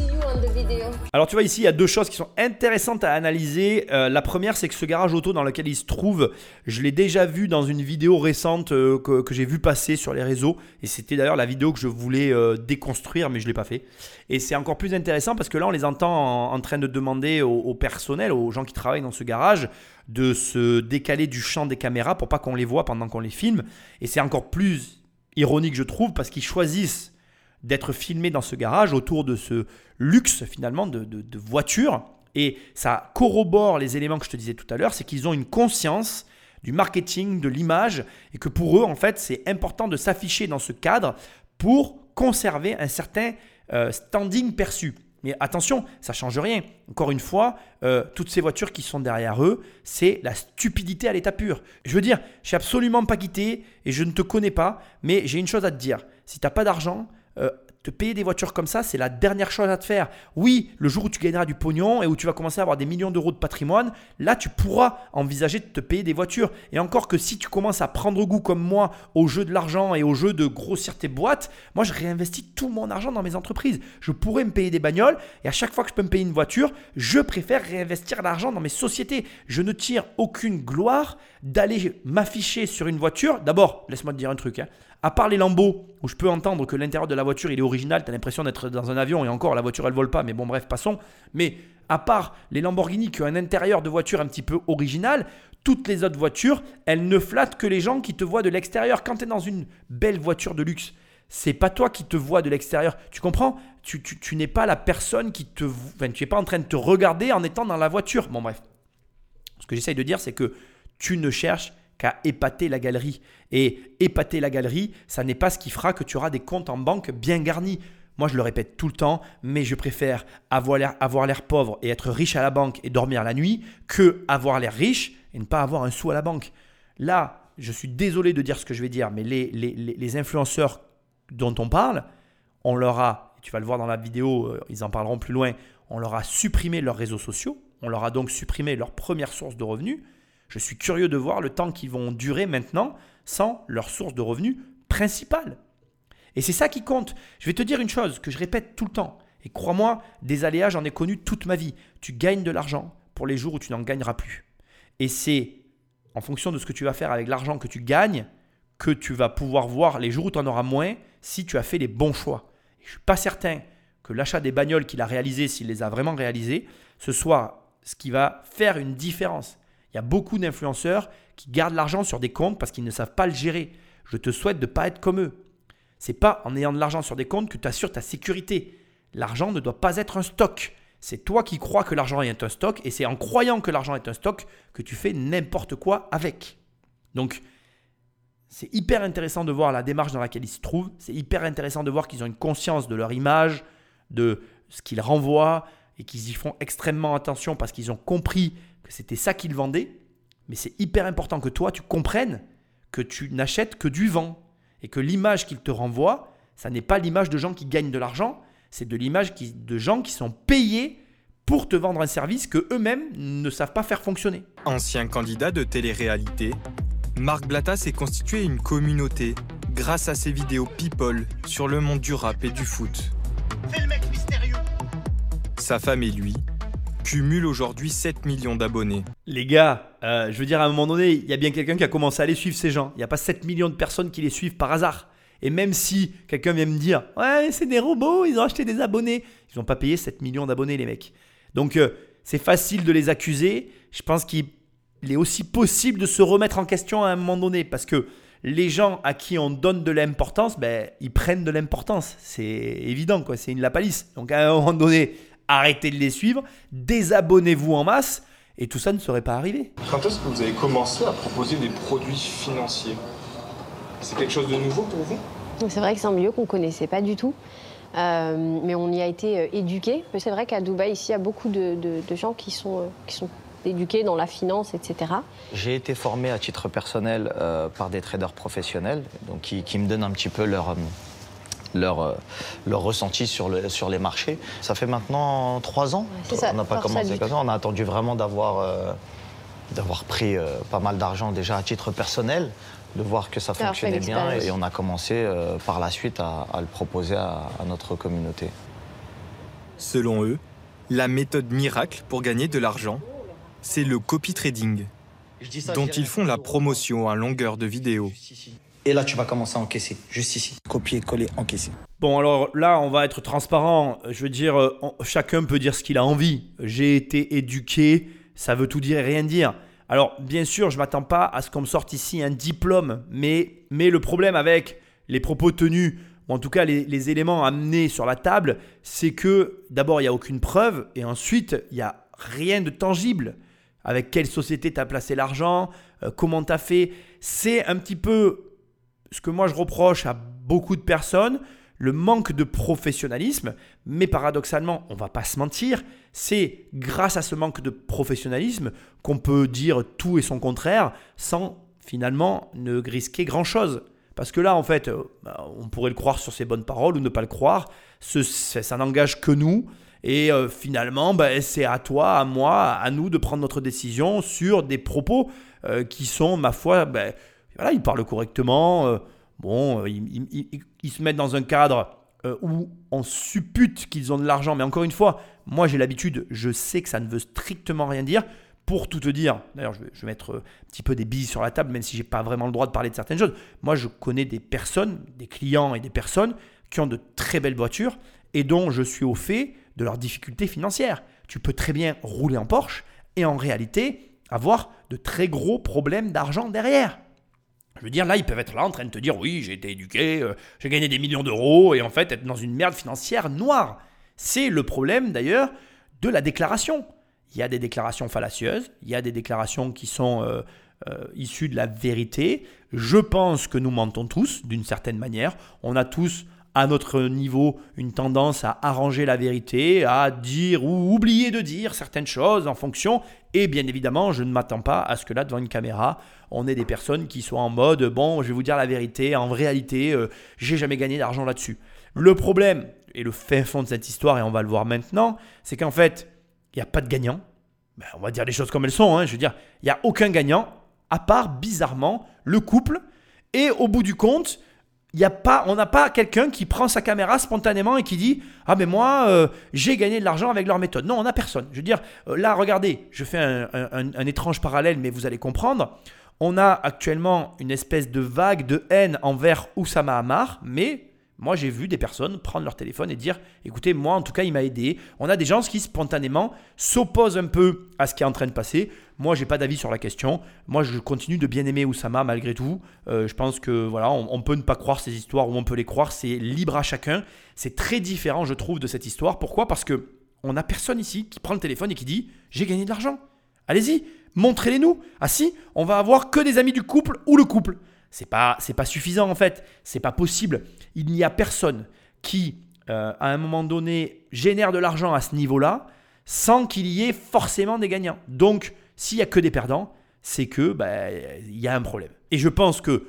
A: Alors tu vois ici, il y a deux choses qui sont intéressantes à analyser. Euh, la première, c'est que ce garage auto dans lequel il se trouve, je l'ai déjà vu dans une vidéo récente euh, que, que j'ai vu passer sur les réseaux. Et c'était d'ailleurs la vidéo que je voulais euh, déconstruire, mais je ne l'ai pas fait. Et c'est encore plus intéressant parce que là, on les entend en, en train de demander au, au personnel, aux gens qui travaillent dans ce garage, de se décaler du champ des caméras pour pas qu'on les voit pendant qu'on les filme. Et c'est encore plus ironique, je trouve, parce qu'ils choisissent d'être filmés dans ce garage autour de ce luxe finalement de, de, de voitures. Et ça corrobore les éléments que je te disais tout à l'heure, c'est qu'ils ont une conscience du marketing, de l'image, et que pour eux, en fait, c'est important de s'afficher dans ce cadre pour conserver un certain euh, standing perçu. Mais attention, ça ne change rien. Encore une fois, euh, toutes ces voitures qui sont derrière eux, c'est la stupidité à l'état pur. Je veux dire, je ne suis absolument pas quitté et je ne te connais pas, mais j'ai une chose à te dire. Si tu n'as pas d'argent, euh, te payer des voitures comme ça, c'est la dernière chose à te faire. Oui, le jour où tu gagneras du pognon et où tu vas commencer à avoir des millions d'euros de patrimoine, là, tu pourras envisager de te payer des voitures. Et encore que si tu commences à prendre goût comme moi au jeu de l'argent et au jeu de grossir tes boîtes, moi, je réinvestis tout mon argent dans mes entreprises. Je pourrais me payer des bagnoles et à chaque fois que je peux me payer une voiture, je préfère réinvestir l'argent dans mes sociétés. Je ne tire aucune gloire d'aller m'afficher sur une voiture. D'abord, laisse-moi te dire un truc, hein. À part les lambeaux, où je peux entendre que l'intérieur de la voiture il est original, tu as l'impression d'être dans un avion, et encore la voiture elle vole pas, mais bon bref, passons. Mais à part les Lamborghini qui ont un intérieur de voiture un petit peu original, toutes les autres voitures, elles ne flattent que les gens qui te voient de l'extérieur. Quand tu es dans une belle voiture de luxe, c'est pas toi qui te vois de l'extérieur. Tu comprends ? Tu, tu, tu n'es pas la personne qui te... Enfin, tu n'es pas en train de te regarder en étant dans la voiture. Bon bref. Ce que j'essaye de dire, c'est que tu ne cherches qu'à épater la galerie. Et épater la galerie, ça n'est pas ce qui fera que tu auras des comptes en banque bien garnis. Moi, je le répète tout le temps, mais je préfère avoir l'air, avoir l'air pauvre et être riche à la banque et dormir la nuit que avoir l'air riche et ne pas avoir un sou à la banque. Là, je suis désolé de dire ce que je vais dire, mais les, les, les influenceurs dont on parle, on leur a, tu vas le voir dans la vidéo, ils en parleront plus loin, on leur a supprimé leurs réseaux sociaux, on leur a donc supprimé leur première source de revenus. Je suis curieux de voir le temps qu'ils vont durer maintenant sans leur source de revenus principale. Et c'est ça qui compte. Je vais te dire une chose que je répète tout le temps. Et crois-moi, des aléas, j'en ai connu toute ma vie. Tu gagnes de l'argent pour les jours où tu n'en gagneras plus. Et c'est en fonction de ce que tu vas faire avec l'argent que tu gagnes que tu vas pouvoir voir les jours où tu en auras moins si tu as fait les bons choix. Et je ne suis pas certain que l'achat des bagnoles qu'il a réalisé, s'il les a vraiment réalisées, ce soit ce qui va faire une différence. Il y a beaucoup d'influenceurs qui gardent l'argent sur des comptes parce qu'ils ne savent pas le gérer. Je te souhaite de ne pas être comme eux. Ce n'est pas en ayant de l'argent sur des comptes que tu assures ta sécurité. L'argent ne doit pas être un stock. C'est toi qui crois que l'argent est un stock et c'est en croyant que l'argent est un stock que tu fais n'importe quoi avec. Donc, c'est hyper intéressant de voir la démarche dans laquelle ils se trouvent. C'est hyper intéressant de voir qu'ils ont une conscience de leur image, de ce qu'ils renvoient et qu'ils y font extrêmement attention parce qu'ils ont compris que c'était ça qu'ils vendaient. Mais c'est hyper important que toi, tu comprennes que tu n'achètes que du vent et que l'image qu'ils te renvoient, ça n'est pas l'image de gens qui gagnent de l'argent, c'est de l'image qui, de gens qui sont payés pour te vendre un service que eux-mêmes ne savent pas faire fonctionner.
C: Ancien candidat de télé-réalité, Marc Blatta s'est constitué une communauté grâce à ses vidéos People sur le monde du rap et du foot.
E: Fais le mec mystérieux.
C: Sa femme et lui cumulent aujourd'hui sept millions d'abonnés.
A: Les gars, euh, je veux dire, à un moment donné, il y a bien quelqu'un qui a commencé à aller suivre ces gens. Il n'y a pas sept millions de personnes qui les suivent par hasard. Et même si quelqu'un vient me dire « Ouais, c'est des robots, ils ont acheté des abonnés », ils n'ont pas payé sept millions d'abonnés, les mecs. Donc, euh, c'est facile de les accuser. Je pense qu'il est aussi possible de se remettre en question à un moment donné parce que les gens à qui on donne de l'importance, ben, ils prennent de l'importance. C'est évident, quoi. C'est une lapalisse. Donc, à un moment donné, arrêtez de les suivre, désabonnez-vous en masse et tout ça ne serait pas arrivé.
H: Quand est-ce que vous avez commencé à proposer des produits financiers ? C'est quelque chose de nouveau pour vous ?
I: C'est vrai que c'est un milieu qu'on ne connaissait pas du tout, euh, mais on y a été euh, éduqués. C'est vrai qu'à Dubaï, ici, il y a beaucoup de, de, de gens qui sont, euh, qui sont éduqués dans la finance, et cetera.
J: J'ai été formé à titre personnel euh, par des traders professionnels donc qui, qui me donnent un petit peu leur, euh, leur, euh, leur ressenti sur, le, sur les marchés. Ça fait maintenant trois ans.
I: C'est ça,
J: on n'a pas commencé comme ça. On a attendu vraiment d'avoir, euh, d'avoir pris euh, pas mal d'argent déjà à titre personnel, de voir que ça fonctionnait bien et on a commencé euh, par la suite à, à le proposer à, à notre communauté.
C: Selon eux, la méthode miracle pour gagner de l'argent, c'est le copy trading, dont ils font la promotion à longueur de vidéos.
F: Et là, tu vas commencer à encaisser, juste ici. Copier, coller, encaisser.
A: Bon, alors là, on va être transparent. Je veux dire, on, chacun peut dire ce qu'il a envie. J'ai été éduqué, ça veut tout dire et rien dire. Alors, bien sûr, je ne m'attends pas à ce qu'on me sorte ici un diplôme, mais, mais le problème avec les propos tenus, ou en tout cas les, les éléments amenés sur la table, c'est que d'abord, il n'y a aucune preuve, et ensuite, il n'y a rien de tangible. Avec quelle société tu as placé l'argent, euh, comment tu as fait. C'est un petit peu ce que moi je reproche à beaucoup de personnes, le manque de professionnalisme, mais paradoxalement, on ne va pas se mentir, c'est grâce à ce manque de professionnalisme qu'on peut dire tout et son contraire sans finalement ne risquer grand-chose. Parce que là, en fait, on pourrait le croire sur ses bonnes paroles ou ne pas le croire, ce, ça n'engage que nous. Et euh, finalement, ben, c'est à toi, à moi, à nous de prendre notre décision sur des propos euh, qui sont, ma foi, ben, voilà, ils parlent correctement, euh, bon, euh, ils, ils, ils, ils se mettent dans un cadre euh, où on suppute qu'ils ont de l'argent. Mais encore une fois, moi j'ai l'habitude, je sais que ça ne veut strictement rien dire. Pour tout te dire, d'ailleurs je vais, je vais mettre un petit peu des billes sur la table, même si je n'ai pas vraiment le droit de parler de certaines choses. Moi je connais des personnes, des clients et des personnes qui ont de très belles voitures et dont je suis au fait de leurs difficultés financières. Tu peux très bien rouler en Porsche et en réalité avoir de très gros problèmes d'argent derrière. Je veux dire, là, ils peuvent être là en train de te dire « Oui, j'ai été éduqué, euh, j'ai gagné des millions d'euros » et en fait être dans une merde financière noire. C'est le problème d'ailleurs de la déclaration. Il y a des déclarations fallacieuses, il y a des déclarations qui sont euh, euh, issues de la vérité. Je pense que nous mentons tous d'une certaine manière. On a tous à notre niveau une tendance à arranger la vérité, à dire ou oublier de dire certaines choses en fonction. Et bien évidemment, je ne m'attends pas à ce que là, devant une caméra, on ait des personnes qui soient en mode « Bon, je vais vous dire la vérité, en réalité, euh, j'ai jamais gagné d'argent là-dessus ». Le problème, et le fin fond de cette histoire, et on va le voir maintenant, c'est qu'en fait, il n'y a pas de gagnant. Ben, on va dire les choses comme elles sont. Hein. Je veux dire, il n'y a aucun gagnant, à part, bizarrement, le couple. Et au bout du compte, y a pas, on n'a pas quelqu'un qui prend sa caméra spontanément et qui dit « Ah, mais moi, euh, j'ai gagné de l'argent avec leur méthode. » Non, on n'a personne. Je veux dire, euh, là, regardez, je fais un, un, un étrange parallèle, mais vous allez comprendre. On a actuellement une espèce de vague de haine envers Oussama Ammar, mais Moi, j'ai vu des personnes prendre leur téléphone et dire « Écoutez, moi, en tout cas, il m'a aidé. » On a des gens qui, spontanément, s'opposent un peu à ce qui est en train de passer. Moi, je n'ai pas d'avis sur la question. Moi, je continue de bien aimer Oussama malgré tout. Euh, je pense que voilà, on, on peut ne pas croire ces histoires ou on peut les croire. C'est libre à chacun. C'est très différent, je trouve, de cette histoire. Pourquoi ? Parce qu'on n'a personne ici qui prend le téléphone et qui dit « J'ai gagné de l'argent. Allez-y, montrez-les-nous. Ah si, on va avoir que des amis du couple ou le couple. » C'est pas, c'est pas suffisant en fait, c'est pas possible. Il n'y a personne qui, euh, à un moment donné, génère de l'argent à ce niveau-là sans qu'il y ait forcément des gagnants. Donc, s'il n'y a que des perdants, c'est que bah, il y a un problème. Et je pense que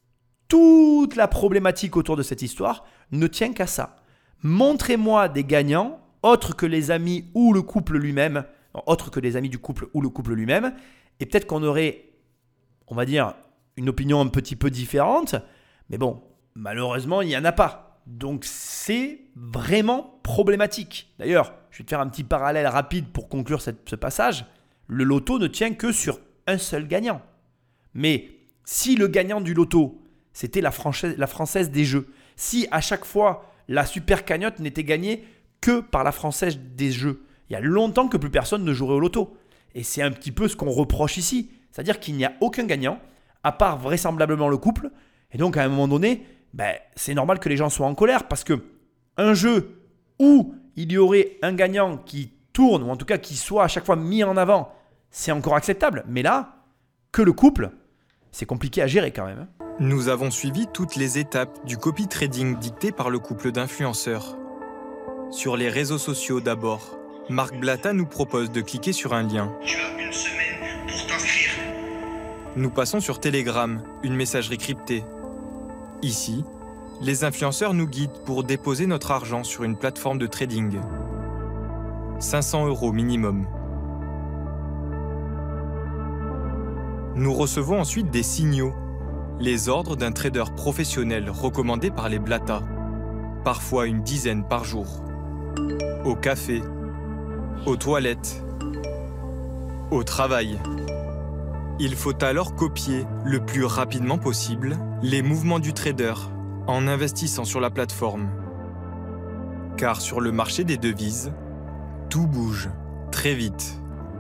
A: toute la problématique autour de cette histoire ne tient qu'à ça. Montrez-moi des gagnants autres que les amis ou le couple lui-même, non, autres que les amis du couple ou le couple lui-même, et peut-être qu'on aurait, on va dire, une opinion un petit peu différente, mais bon, malheureusement, il n'y en a pas. Donc, c'est vraiment problématique. D'ailleurs, je vais te faire un petit parallèle rapide pour conclure cette, ce passage. Le loto ne tient que sur un seul gagnant. Mais si le gagnant du loto, c'était la, Française, la Française des Jeux, si à chaque fois, la super cagnotte n'était gagnée que par la Française des Jeux, il y a longtemps que plus personne ne jouerait au loto. Et c'est un petit peu ce qu'on reproche ici. C'est-à-dire qu'il n'y a aucun gagnant, à part vraisemblablement le couple. Et donc, à un moment donné, ben, c'est normal que les gens soient en colère parce qu'un jeu où il y aurait un gagnant qui tourne, ou en tout cas qui soit à chaque fois mis en avant, c'est encore acceptable. Mais là, que le couple, c'est compliqué à gérer quand même.
C: Nous avons suivi toutes les étapes du copy trading dicté par le couple d'influenceurs. Sur les réseaux sociaux d'abord, Marc Blatta nous propose de cliquer sur un lien.
K: Tu as une semaine pour t'inscrire.
C: Nous passons sur Telegram, une messagerie cryptée. Ici, les influenceurs nous guident pour déposer notre argent sur une plateforme de trading. cinq cents euros minimum. Nous recevons ensuite des signaux, les ordres d'un trader professionnel recommandé par les Blatta, parfois une dizaine par jour. Au café, aux toilettes, au travail. Il faut alors copier le plus rapidement possible les mouvements du trader en investissant sur la plateforme. Car sur le marché des devises, tout bouge très vite.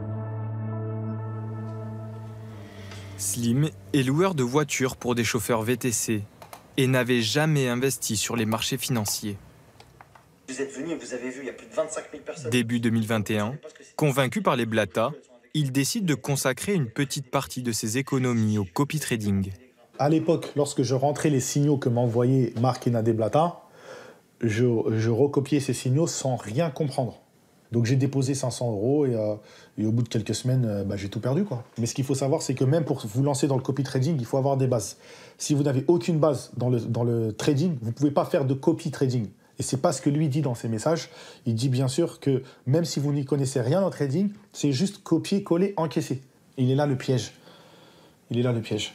C: Slim est loueur de voitures pour des chauffeurs V T C et n'avait jamais investi sur les marchés financiers.
E: Vous êtes venu et vous avez vu, il y a plus de vingt-cinq mille personnes.
C: Début deux mille vingt et un, convaincu par les Blatta, il décide de consacrer une petite partie de ses économies au copy trading.
L: À l'époque, lorsque je rentrais les signaux que m'envoyaient Marc et Nadé Blatta, je, je recopiais ces signaux sans rien comprendre. Donc j'ai déposé cinq cents euros et, euh, et au bout de quelques semaines, euh, bah, j'ai tout perdu, quoi. Mais ce qu'il faut savoir, c'est que même pour vous lancer dans le copy trading, il faut avoir des bases. Si vous n'avez aucune base dans le, dans le trading, vous ne pouvez pas faire de copy trading. Et c'est pas ce que lui dit dans ses messages. Il dit bien sûr que même si vous n'y connaissez rien en trading, c'est juste copier, coller, encaisser. Il est là le piège. Il est là le piège.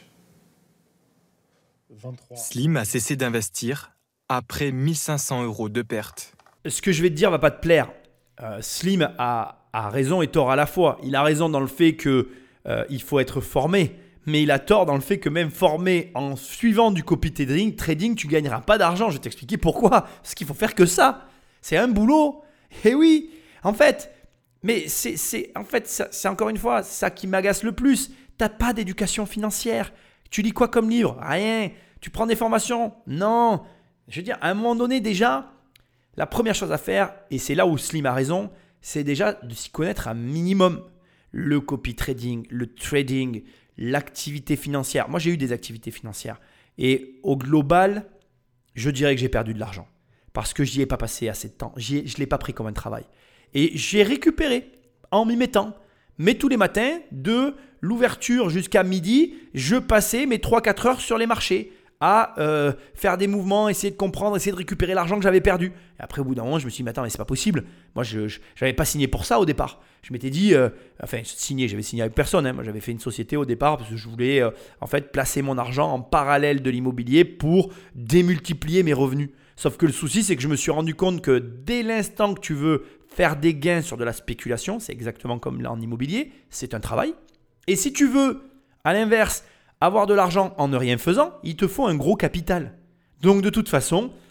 C: vingt-trois Slim a cessé d'investir après mille cinq cents euros de perte.
A: Ce que je vais te dire va pas te plaire. Euh, Slim a, a raison et tort à la fois. Il a raison dans le fait qu'il euh, faut être formé. Mais il a tort dans le fait que même formé en suivant du copy trading, trading, tu ne gagneras pas d'argent. Je vais t'expliquer pourquoi. Parce qu'il faut faire que ça. C'est un boulot. Et oui, en fait, mais c'est, c'est, en fait, ça, c'est encore une fois ça qui m'agace le plus. Tu n'as pas d'éducation financière. Tu lis quoi comme livre ? Rien. Tu prends des formations ? Non. Je veux dire, à un moment donné déjà, la première chose à faire, et c'est là où Slim a raison, c'est déjà de s'y connaître un minimum. Le copy trading, le trading, l'activité financière. Moi, j'ai eu des activités financières. Et au global, je dirais que j'ai perdu de l'argent. Parce que je n'y ai pas passé assez de temps. J'y ai, je ne l'ai pas pris comme un travail. Et j'ai récupéré en m'y mettant. Mais tous les matins, de l'ouverture jusqu'à midi, je passais mes trois à quatre heures sur les marchés à euh, faire des mouvements, essayer de comprendre, essayer de récupérer l'argent que j'avais perdu. Et après, au bout d'un moment, je me suis dit, mais attends, mais c'est pas possible. Moi, je n'avais pas signé pour ça au départ. Je m'étais dit, euh, enfin, signé, j'avais signé avec personne. Hein. Moi, j'avais fait une société au départ parce que je voulais euh, en fait placer mon argent en parallèle de l'immobilier pour démultiplier mes revenus. Sauf que le souci, c'est que je me suis rendu compte que dès l'instant que tu veux faire des gains sur de la spéculation, c'est exactement comme là en immobilier, c'est un travail. Et si tu veux, à l'inverse, avoir de l'argent en ne rien faisant, il te faut un gros capital. Donc de toute façon,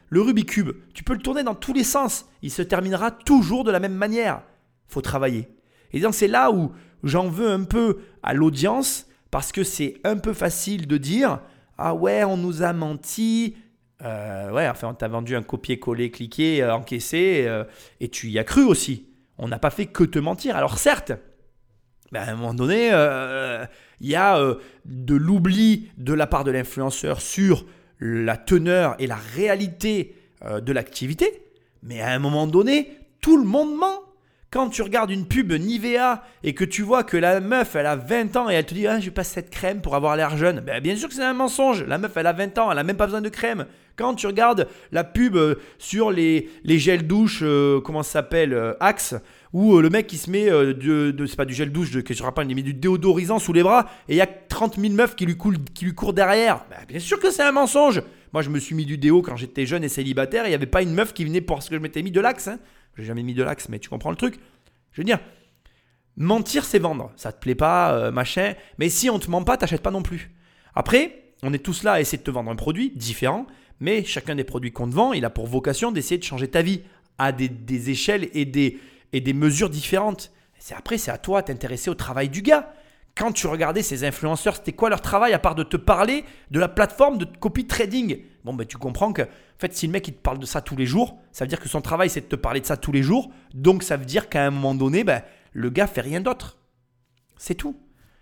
A: Le Rubik's Cube, tu peux le tourner dans tous les sens. Il se terminera toujours de la même manière. Il faut travailler. Et donc c'est là où j'en veux un peu à l'audience parce que c'est un peu facile de dire « Ah ouais, on nous a menti. Euh, ouais, enfin, on t'a vendu un copier-coller, cliquer, euh, encaisser euh, et tu y as cru aussi. On n'a pas fait que te mentir. Alors certes, ben, à un moment donné, il euh, y a euh, de l'oubli de la part de l'influenceur sur la teneur et la réalité euh, de l'activité. Mais à un moment donné, tout le monde ment. Quand tu regardes une pub Nivea et que tu vois que la meuf, elle a vingt ans et elle te dit ah, « je passe cette crème pour avoir l'air jeune », ben, bien sûr que c'est un mensonge. La meuf, elle a vingt ans, elle n'a même pas besoin de crème. Quand tu regardes la pub sur les, les gels douche, euh, comment ça s'appelle, euh, Axe, où euh, le mec qui se met, euh, de, de, c'est pas du gel douche, de, que je rappelle, il met du déodorisant sous les bras et il y a trente mille meufs qui lui, coulent, qui lui courent derrière. Ben, bien sûr que c'est un mensonge. Moi, je me suis mis du déo quand j'étais jeune et célibataire et il n'y avait pas une meuf qui venait parce que je m'étais mis de l'Axe. Hein. J'ai jamais mis de l'Axe, mais tu comprends le truc. Je veux dire, mentir, c'est vendre. Ça te plaît pas, euh, machin. Mais si on te ment pas, t'achètes pas non plus. Après, on est tous là à essayer de te vendre un produit différent. Mais chacun des produits qu'on te vend, il a pour vocation d'essayer de changer ta vie à des, des échelles et des, et des mesures différentes. C'est, après, c'est à toi de t'intéresser au travail du gars. Quand tu regardais ces influenceurs, c'était quoi leur travail à part de te parler de la plateforme de copy trading? Bon, ben, tu comprends que, en fait, si le mec il te parle de ça tous les jours, ça veut dire que son travail c'est de te parler de ça tous les jours. Donc, ça veut dire qu'à un moment donné, ben, le gars fait rien d'autre. C'est tout.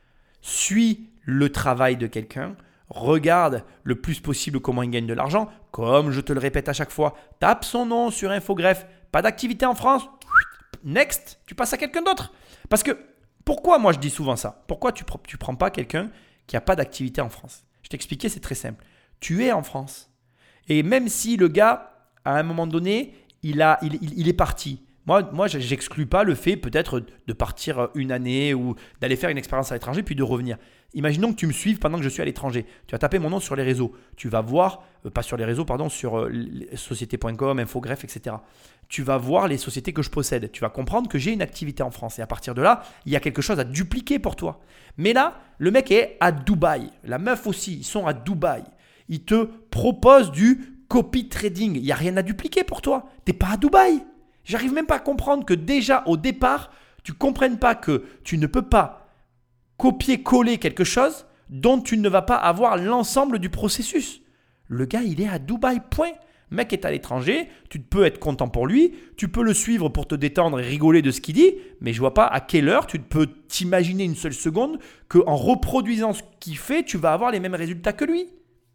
A: Suis le travail de quelqu'un. Regarde le plus possible comment il gagne de l'argent. Comme je te le répète à chaque fois, tape son nom sur Infogreffe. Pas d'activité en France. Next, tu passes à quelqu'un d'autre. Parce que, pourquoi moi je dis souvent ça? Pourquoi tu ne prends pas quelqu'un qui n'a pas d'activité en France? Je t'expliquais, c'est très simple. Tu es en France. Et même si le gars, à un moment donné, il, a, il, il, il est parti. Moi, moi je n'exclus pas le fait peut-être de partir une année ou d'aller faire une expérience à l'étranger puis de revenir. Imaginons que tu me suives pendant que je suis à l'étranger. Tu vas taper mon nom sur les réseaux. Tu vas voir, euh, pas sur les réseaux, pardon, sur euh, société point com, Infogreffe, et cetera. Tu vas voir les sociétés que je possède. Tu vas comprendre que j'ai une activité en France. Et à partir de là, il y a quelque chose à dupliquer pour toi. Mais là, le mec est à Dubaï. La meuf aussi, ils sont à Dubaï. Ils te proposent du copy trading. Il n'y a rien à dupliquer pour toi. Tu n'es pas à Dubaï. J'arrive même pas à comprendre que déjà au départ, tu ne comprennes pas que tu ne peux pas copier-coller quelque chose dont tu ne vas pas avoir l'ensemble du processus. Le gars, il est à Dubaï, point. Le mec est à l'étranger, tu peux être content pour lui, tu peux le suivre pour te détendre et rigoler de ce qu'il dit, mais je ne vois pas à quelle heure tu peux t'imaginer une seule seconde qu'en reproduisant ce qu'il fait, tu vas avoir les mêmes résultats que lui.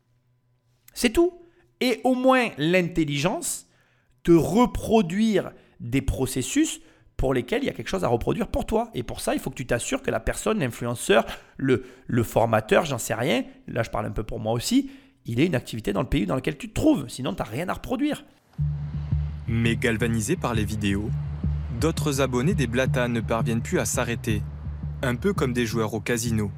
A: C'est tout. Et au moins l'intelligence de reproduire des processus pour lesquels il y a quelque chose à reproduire pour toi. Et pour ça, il faut que tu t'assures que la personne, l'influenceur, le, le formateur, j'en sais rien, là je parle un peu pour moi aussi, il ait une activité dans le pays dans lequel tu te trouves. Sinon, tu n'as rien à reproduire.
C: Mais galvanisés par les vidéos, d'autres abonnés des Blatta ne parviennent plus à s'arrêter, un peu comme des joueurs au casino.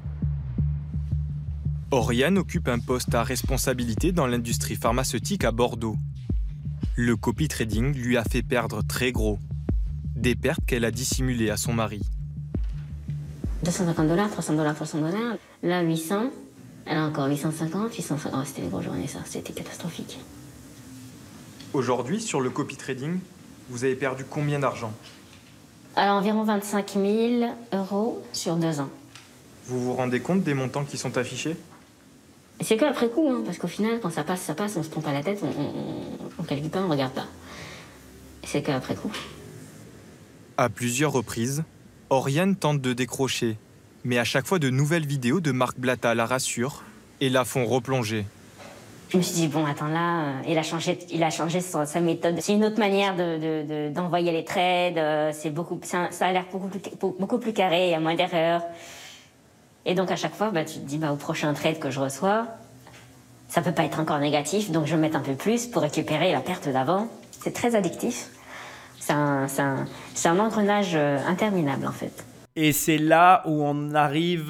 C: Oriane occupe un poste à responsabilité dans l'industrie pharmaceutique à Bordeaux. Le copy trading lui a fait perdre très gros. Des pertes qu'elle a dissimulées à son mari.
M: deux cent cinquante dollars, trois cents dollars, trois cents dollars. Là, huit cents. Elle a encore huit cent cinquante, huit cent cinquante. Oh, c'était une grosse journée, ça. C'était catastrophique.
C: Aujourd'hui, sur le copy trading, vous avez perdu combien d'argent?
M: Alors, environ vingt-cinq mille euros sur deux ans.
C: Vous vous rendez compte des montants qui sont affichés?
M: C'est qu'après coup, hein, parce qu'au final, quand ça passe, ça passe, on se prend pas la tête, on ne calcule pas, on regarde pas. C'est qu'après coup.
C: À plusieurs reprises, Oriane tente de décrocher, mais à chaque fois de nouvelles vidéos de Marc Blatta la rassurent et la font replonger.
M: Je me suis dit, bon, attends là, euh, il a changé, il a changé sa, sa méthode. C'est une autre manière de, de, de, d'envoyer les trades, euh, c'est beaucoup, ça, ça a l'air beaucoup plus, beaucoup plus carré, il y a moins d'erreurs. Et donc à chaque fois, bah, tu te dis, bah, au prochain trade que je reçois, ça peut pas être encore négatif, donc je vais mettre un peu plus pour récupérer la perte d'avant. C'est très addictif. C'est un, c'est un, c'est un engrenage interminable en fait.
A: Et c'est là où on arrive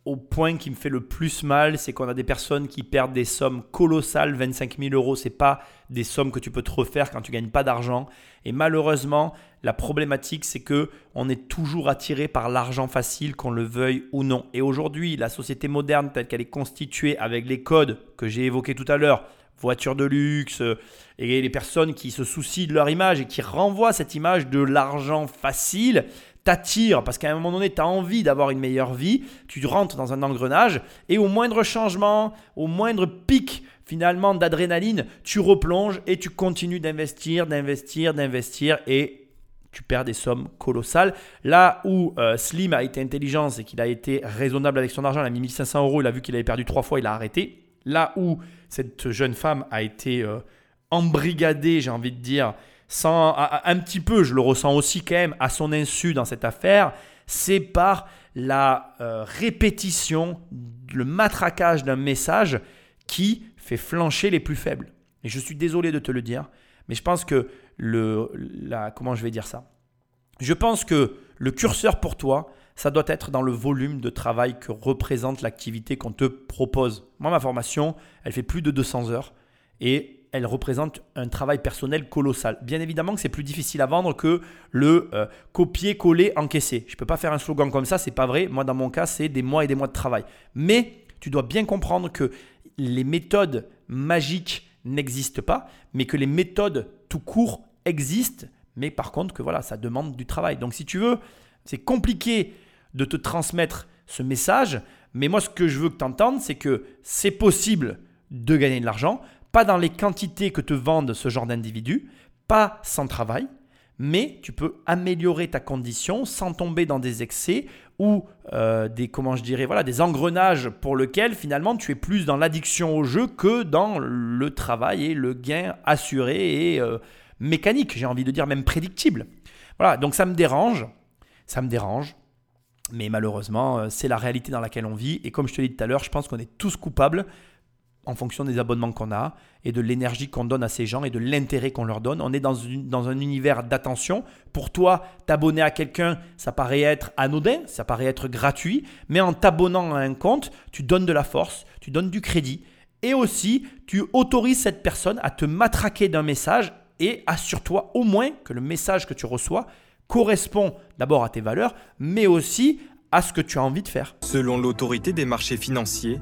A: au point qui me fait le plus mal, c'est qu'on a des personnes qui perdent des sommes colossales. vingt-cinq mille euros, ce n'est pas des sommes que tu peux te refaire quand tu ne gagnes pas d'argent. Et malheureusement, la problématique, c'est qu'on est toujours attiré par l'argent facile, qu'on le veuille ou non. Et aujourd'hui, la société moderne telle qu'elle est constituée avec les codes que j'ai évoqués tout à l'heure, voitures de luxe et les personnes qui se soucient de leur image et qui renvoient cette image de l'argent facile, t'attire parce qu'à un moment donné, tu as envie d'avoir une meilleure vie, tu rentres dans un engrenage et au moindre changement, au moindre pic finalement d'adrénaline, tu replonges et tu continues d'investir, d'investir, d'investir et tu perds des sommes colossales. Là où euh, Slim a été intelligent, c'est qu'il a été raisonnable avec son argent, il a mis mille cinq cents euros, il a vu qu'il avait perdu trois fois, il a arrêté. Là où cette jeune femme a été euh, embrigadée, j'ai envie de dire, sans, un petit peu, je le ressens aussi quand même, à son insu dans cette affaire, c'est par la euh, répétition, le matraquage d'un message qui fait flancher les plus faibles. Et je suis désolé de te le dire, mais je pense que le, la, comment je vais dire ça ? Je pense que le curseur pour toi, ça doit être dans le volume de travail que représente l'activité qu'on te propose. Moi, ma formation, elle fait plus de deux cents heures et elle représente un travail personnel colossal. Bien évidemment que c'est plus difficile à vendre que le euh, copier-coller, encaisser. Je ne peux pas faire un slogan comme ça, c'est pas vrai. Moi, dans mon cas, c'est des mois et des mois de travail. Mais tu dois bien comprendre que les méthodes magiques n'existent pas, mais que les méthodes tout court existent. Mais par contre, que voilà, ça demande du travail. Donc, si tu veux, c'est compliqué de te transmettre ce message. Mais moi, ce que je veux que tu entendes, c'est que c'est possible de gagner de l'argent. Pas dans les quantités que te vendent ce genre d'individus, pas sans travail, mais tu peux améliorer ta condition sans tomber dans des excès ou euh, des, comment je dirais, voilà, des engrenages pour lesquels finalement tu es plus dans l'addiction au jeu que dans le travail et le gain assuré et euh, mécanique, j'ai envie de dire même prédictible. Voilà, donc ça me dérange, ça me dérange. Mais malheureusement, c'est la réalité dans laquelle on vit. Et comme je te l'ai dit tout à l'heure, je pense qu'on est tous coupables en fonction des abonnements qu'on a et de l'énergie qu'on donne à ces gens et de l'intérêt qu'on leur donne. On est dans, une, dans un univers d'attention. Pour toi, t'abonner à quelqu'un, ça paraît être anodin, ça paraît être gratuit, mais en t'abonnant à un compte, tu donnes de la force, tu donnes du crédit et aussi, tu autorises cette personne à te matraquer d'un message et assure-toi au moins que le message que tu reçois correspond d'abord à tes valeurs, mais aussi à ce que tu as envie de faire.
C: Selon l'autorité des marchés financiers,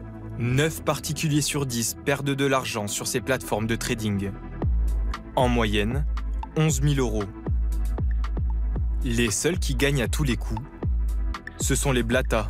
C: neuf particuliers sur dix perdent de l'argent sur ces plateformes de trading. En moyenne, onze mille euros. Les seuls qui gagnent à tous les coups, ce sont les blatas.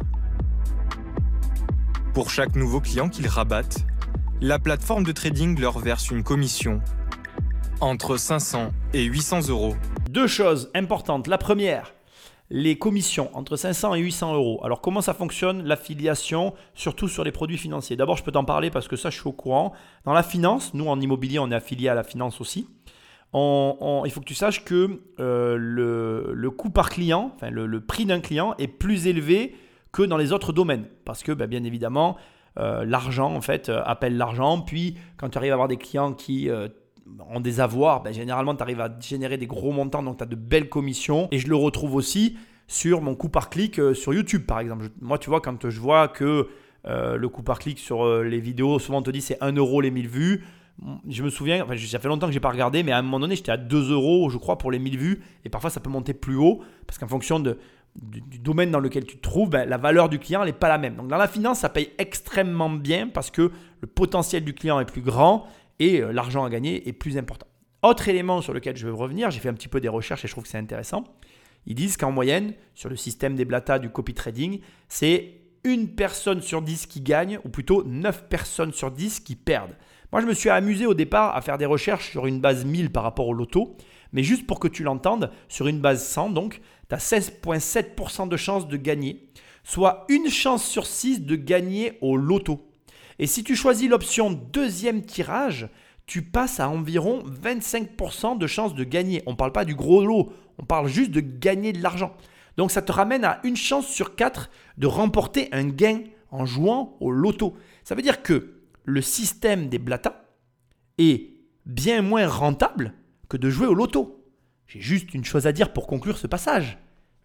C: Pour chaque nouveau client qu'ils rabattent, la plateforme de trading leur verse une commission entre cinq cents et huit cents euros.
A: Deux choses importantes. La première, les commissions entre cinq cents et huit cents euros. Alors, comment ça fonctionne l'affiliation, surtout sur les produits financiers ? D'abord, je peux t'en parler parce que ça, je suis au courant. Dans la finance, nous, en immobilier, on est affilié à la finance aussi. On, on, il faut que tu saches que euh, le, le coût par client, enfin, le, le prix d'un client est plus élevé que dans les autres domaines. Parce que, ben, bien évidemment, euh, l'argent, en fait, euh, appelle l'argent. Puis, quand tu arrives à avoir des clients qui... Euh, ont des avoirs, ben généralement tu arrives à générer des gros montants, donc tu as de belles commissions. Et je le retrouve aussi sur mon coût par clic euh, sur YouTube par exemple. Je, moi tu vois, quand je vois que euh, le coût par clic sur euh, les vidéos, souvent on te dit c'est un euro les mille vues. Je me souviens, enfin, ça fait longtemps que je n'ai pas regardé, mais à un moment donné j'étais à deux euros je crois pour les mille vues. Et parfois ça peut monter plus haut parce qu'en fonction de, du, du domaine dans lequel tu te trouves, ben, la valeur du client n'est pas la même. Donc dans la finance ça paye extrêmement bien parce que le potentiel du client est plus grand et l'argent à gagner est plus important. Autre élément sur lequel je veux revenir, j'ai fait un petit peu des recherches et je trouve que c'est intéressant. Ils disent qu'en moyenne, sur le système des blatas du copy trading, c'est une personne sur dix qui gagne, ou plutôt neuf personnes sur dix qui perdent. Moi, je me suis amusé au départ à faire des recherches sur une base mille par rapport au loto, mais juste pour que tu l'entendes, sur une base cent, donc, tu as seize virgule sept pour cent de chances de gagner, soit une chance sur six de gagner au loto. Et si tu choisis l'option deuxième tirage, tu passes à environ vingt-cinq pour cent de chances de gagner. On ne parle pas du gros lot, on parle juste de gagner de l'argent. Donc ça te ramène à une chance sur quatre de remporter un gain en jouant au loto. Ça veut dire que le système des blatas est bien moins rentable que de jouer au loto. J'ai juste une chose à dire pour conclure ce passage.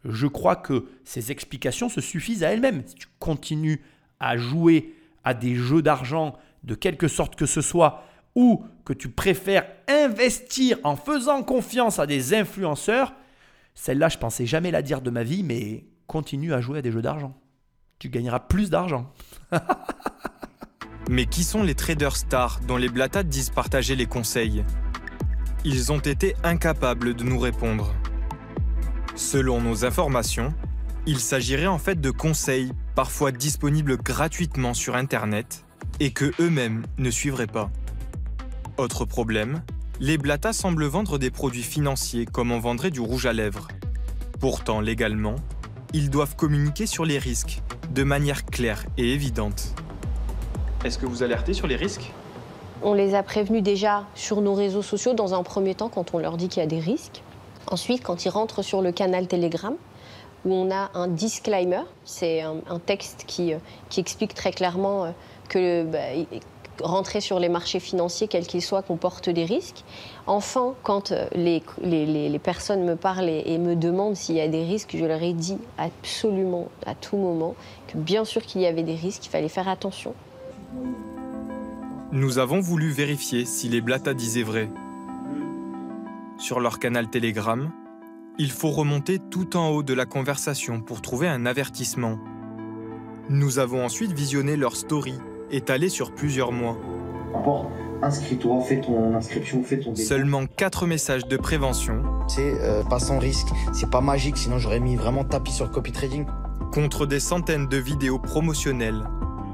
A: Je crois que ces explications se suffisent à elles-mêmes. Si tu continues à jouer à des jeux d'argent de quelque sorte que ce soit, ou que tu préfères investir en faisant confiance à des influenceurs, celle-là, je ne pensais jamais la dire de ma vie, mais continue à jouer à des jeux d'argent. Tu gagneras plus d'argent.
C: Mais qui sont les traders stars dont les Blatta disent partager les conseils ? Ils ont été incapables de nous répondre. Selon nos informations, il s'agirait en fait de conseils parfois disponibles gratuitement sur Internet et que eux-mêmes ne suivraient pas. Autre problème, les Blatta semblent vendre des produits financiers comme on vendrait du rouge à lèvres. Pourtant, légalement, ils doivent communiquer sur les risques de manière claire et évidente.
H: Est-ce que vous alertez sur les risques ?
I: On les a prévenus déjà sur nos réseaux sociaux dans un premier temps quand on leur dit qu'il y a des risques. Ensuite, quand ils rentrent sur le canal Telegram, où on a un disclaimer, c'est un, un texte qui, qui explique très clairement que bah, rentrer sur les marchés financiers, quels qu'ils soient, comporte des risques. Enfin, quand les, les, les personnes me parlent et, et me demandent s'il y a des risques, je leur ai dit absolument à tout moment que bien sûr qu'il y avait des risques, qu'il fallait faire attention.
C: Nous avons voulu vérifier si les Blatta disaient vrai. Sur leur canal Telegram, il faut remonter tout en haut de la conversation pour trouver un avertissement. Nous avons ensuite visionné leur story, étalée sur plusieurs mois.
E: Rapport, inscris-toi, fais ton inscription, fais ton...
C: Seulement quatre messages de prévention.
E: C'est euh, pas sans risque, c'est pas magique, sinon j'aurais mis vraiment tapis sur le copy trading.
C: Contre des centaines de vidéos promotionnelles,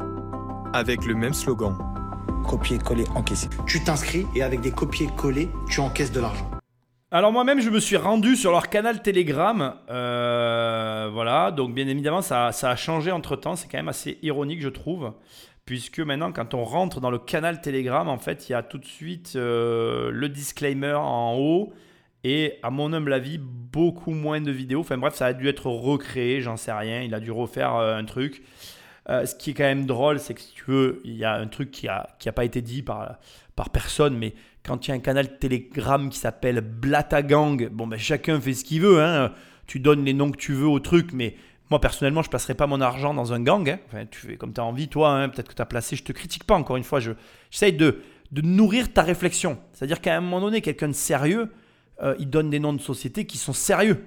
C: avec le même slogan.
E: Copier-coller, encaisser. Tu t'inscris et avec des copier-coller, tu encaisses de l'argent.
A: Alors moi-même, je me suis rendu sur leur canal Telegram. Euh, voilà, donc bien évidemment, ça, ça a changé entre-temps. C'est quand même assez ironique, je trouve. Puisque maintenant, quand on rentre dans le canal Telegram, en fait, il y a tout de suite euh, le disclaimer en haut. Et à mon humble avis, beaucoup moins de vidéos. Enfin bref, ça a dû être recréé, j'en sais rien. Il a dû refaire euh, un truc. Euh, ce qui est quand même drôle, c'est que si tu veux, il y a un truc qui n'a qui a pas été dit par, par personne, mais quand il y a un canal Telegram qui s'appelle Blatta Gang, bon ben chacun fait ce qu'il veut, hein. Tu donnes les noms que tu veux au truc, mais moi personnellement, je ne placerai pas mon argent dans un gang. Hein. Enfin, tu fais comme tu as envie, toi, hein. Peut-être que tu as placé, je ne te critique pas, encore une fois, je, j'essaye de, de nourrir ta réflexion. C'est-à-dire qu'à un moment donné, quelqu'un de sérieux, euh, il donne des noms de sociétés qui sont sérieux.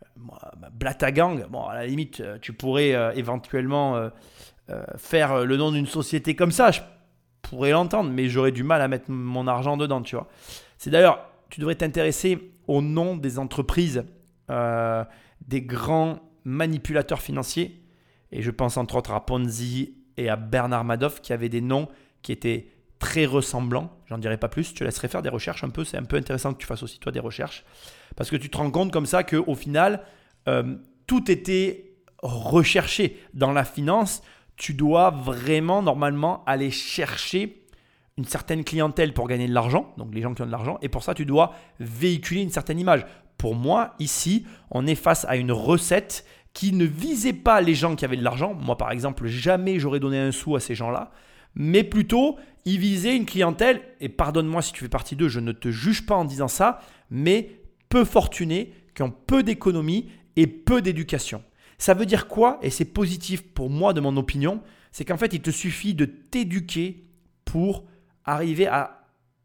A: Blatta Gang, bon, à la limite, tu pourrais euh, éventuellement euh, euh, faire le nom d'une société comme ça, je pourrais l'entendre, mais j'aurais du mal à mettre mon argent dedans, tu vois. C'est d'ailleurs, tu devrais t'intéresser au nom des entreprises, euh, des grands manipulateurs financiers, et je pense entre autres à Ponzi et à Bernard Madoff, qui avaient des noms qui étaient très ressemblants. J'en dirai pas plus, je te laisserai faire des recherches un peu, c'est un peu intéressant que tu fasses aussi toi des recherches, parce que tu te rends compte comme ça qu'au final, euh, tout était recherché. Dans la finance, tu dois vraiment normalement aller chercher une certaine clientèle pour gagner de l'argent, donc les gens qui ont de l'argent, et pour ça tu dois véhiculer une certaine image. Pour moi, ici, on est face à une recette qui ne visait pas les gens qui avaient de l'argent. Moi par exemple, jamais j'aurais donné un sou à ces gens-là, mais plutôt ils visaient une clientèle, et pardonne-moi si tu fais partie d'eux, je ne te juge pas en disant ça, mais peu fortunés, qui ont peu d'économie et peu d'éducation. Ça veut dire quoi? Et c'est positif pour moi de mon opinion, c'est qu'en fait, il te suffit de t'éduquer pour arriver à,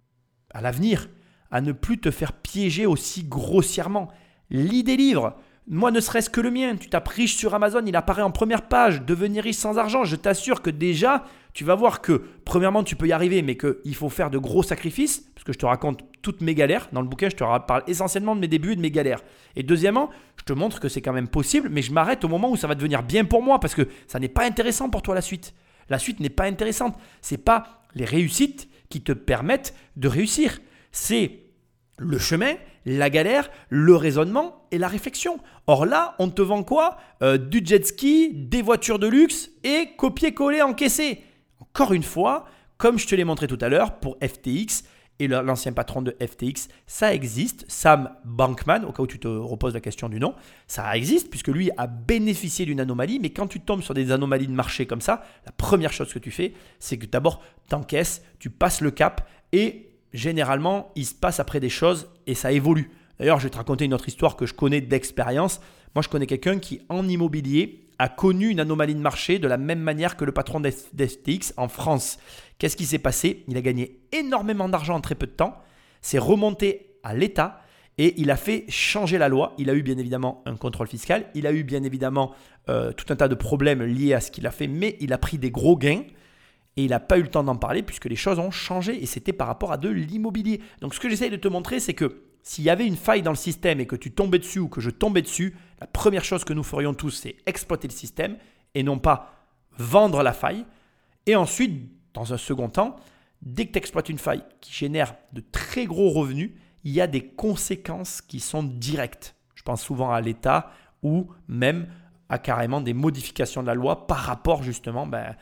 A: à l'avenir, à ne plus te faire piéger aussi grossièrement. Lis des livres. Moi, ne serait-ce que le mien. Tu tapes riche sur Amazon, il apparaît en première page. Devenir riche sans argent. Je t'assure que déjà, tu vas voir que, premièrement, tu peux y arriver, mais qu'il faut faire de gros sacrifices, parce que je te raconte toutes mes galères. Dans le bouquin, je te parle essentiellement de mes débuts et de mes galères. Et deuxièmement, je te montre que c'est quand même possible, mais je m'arrête au moment où ça va devenir bien pour moi, parce que ça n'est pas intéressant pour toi la suite. La suite n'est pas intéressante. Ce n'est pas les réussites qui te permettent de réussir. C'est le chemin, la galère, le raisonnement et la réflexion. Or là, on te vend quoi? euh, Du jet ski, des voitures de luxe et copier-coller, encaisser. Encore une fois, comme je te l'ai montré tout à l'heure, pour F T X et l'ancien patron de F T X, ça existe. Sam Bankman, au cas où tu te reposes la question du nom, ça existe puisque lui a bénéficié d'une anomalie. Mais quand tu tombes sur des anomalies de marché comme ça, la première chose que tu fais, c'est que d'abord, tu encaisses, tu passes le cap et généralement, il se passe après des choses et ça évolue. D'ailleurs, je vais te raconter une autre histoire que je connais d'expérience. Moi, je connais quelqu'un qui, en immobilier, a connu une anomalie de marché de la même manière que le patron d'F T X en France. Qu'est-ce qui s'est passé? Il a gagné énormément d'argent en très peu de temps, s'est remonté à l'État et il a fait changer la loi. Il a eu bien évidemment un contrôle fiscal, il a eu bien évidemment euh, tout un tas de problèmes liés à ce qu'il a fait, mais il a pris des gros gains et il n'a pas eu le temps d'en parler puisque les choses ont changé et c'était par rapport à de l'immobilier. Donc ce que j'essaye de te montrer, c'est que s'il y avait une faille dans le système et que tu tombais dessus ou que je tombais dessus, la première chose que nous ferions tous, c'est exploiter le système et non pas vendre la faille. Et ensuite, dans un second temps, dès que tu exploites une faille qui génère de très gros revenus, il y a des conséquences qui sont directes. Je pense souvent à l'État ou même à carrément des modifications de la loi par rapport justement ben,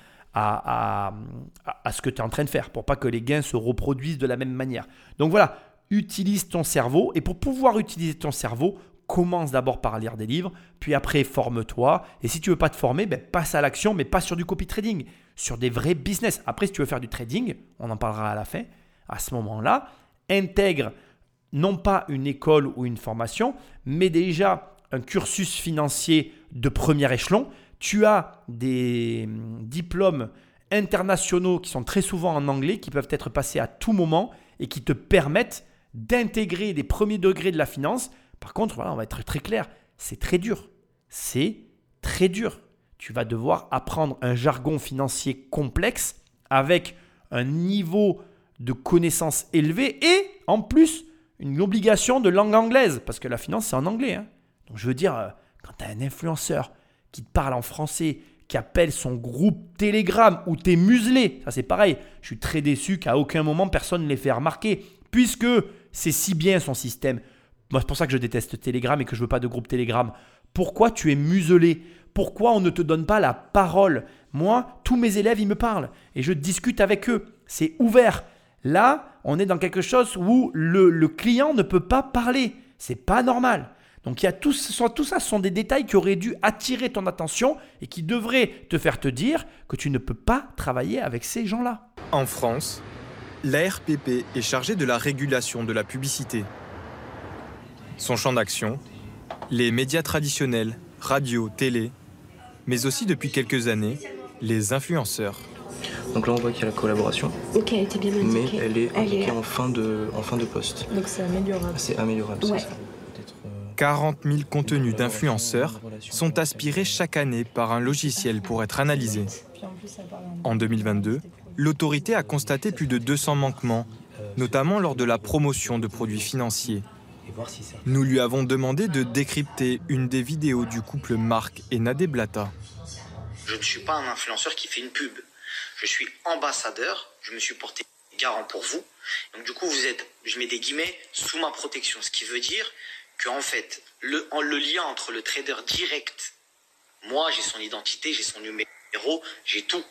A: à, à, à ce que tu es en train de faire pour pas que les gains se reproduisent de la même manière. Donc voilà. Utilise ton cerveau et pour pouvoir utiliser ton cerveau, commence d'abord par lire des livres, puis après forme-toi et si tu ne veux pas te former, ben, passe à l'action mais pas sur du copy trading, sur des vrais business. Après, si tu veux faire du trading, on en parlera à la fin, à ce moment-là, intègre non pas une école ou une formation, mais déjà un cursus financier de premier échelon. Tu as des diplômes internationaux qui sont très souvent en anglais, qui peuvent être passés à tout moment et qui te permettent d'intégrer des premiers degrés de la finance. Par contre, voilà, on va être très clair, c'est très dur. C'est très dur. Tu vas devoir apprendre un jargon financier complexe avec un niveau de connaissance élevé et en plus une obligation de langue anglaise parce que la finance, c'est en anglais. Hein. Donc, je veux dire, quand tu as un influenceur qui te parle en français, qui appelle son groupe Telegram où tu es muselé, ça c'est pareil. Je suis très déçu qu'à aucun moment personne ne l'ait fait remarquer puisque c'est si bien son système. Moi, c'est pour ça que je déteste Telegram et que je ne veux pas de groupe Telegram. Pourquoi tu es muselé? Pourquoi on ne te donne pas la parole? Moi, tous mes élèves, ils me parlent et je discute avec eux. C'est ouvert. Là, on est dans quelque chose où le, le client ne peut pas parler. C'est pas normal. Donc, il y a tout, tout ça, ce sont des détails qui auraient dû attirer ton attention et qui devraient te faire te dire que tu ne peux pas travailler avec ces gens-là.
C: En France, l'A R P P est chargée de la régulation de la publicité. Son champ d'action, les médias traditionnels, radio, télé, mais aussi depuis quelques années, les influenceurs.
N: Donc là, on voit qu'il y a la collaboration.
I: Ok, elle était bien indiquée.
N: Mais elle est
I: elle
N: indiquée
I: est...
N: en fin de, en fin de poste.
I: Donc c'est améliorable.
N: C'est améliorable,
I: ouais.
N: c'est ça.
C: quarante mille contenus d'influenceurs sont aspirés chaque année par un logiciel pour être analysés. En deux mille vingt-deux, l'autorité a constaté plus de deux cents manquements, notamment lors de la promotion de produits financiers. Nous lui avons demandé de décrypter une des vidéos du couple Marc et Nadé Blata.
F: Je ne suis pas un influenceur qui fait une pub. Je suis ambassadeur, je me suis porté garant pour vous. Donc du coup, vous êtes, je mets des guillemets, sous ma protection. Ce qui veut dire que en fait, le, en, le lien entre le trader direct, moi j'ai son identité, j'ai son numéro, j'ai tout.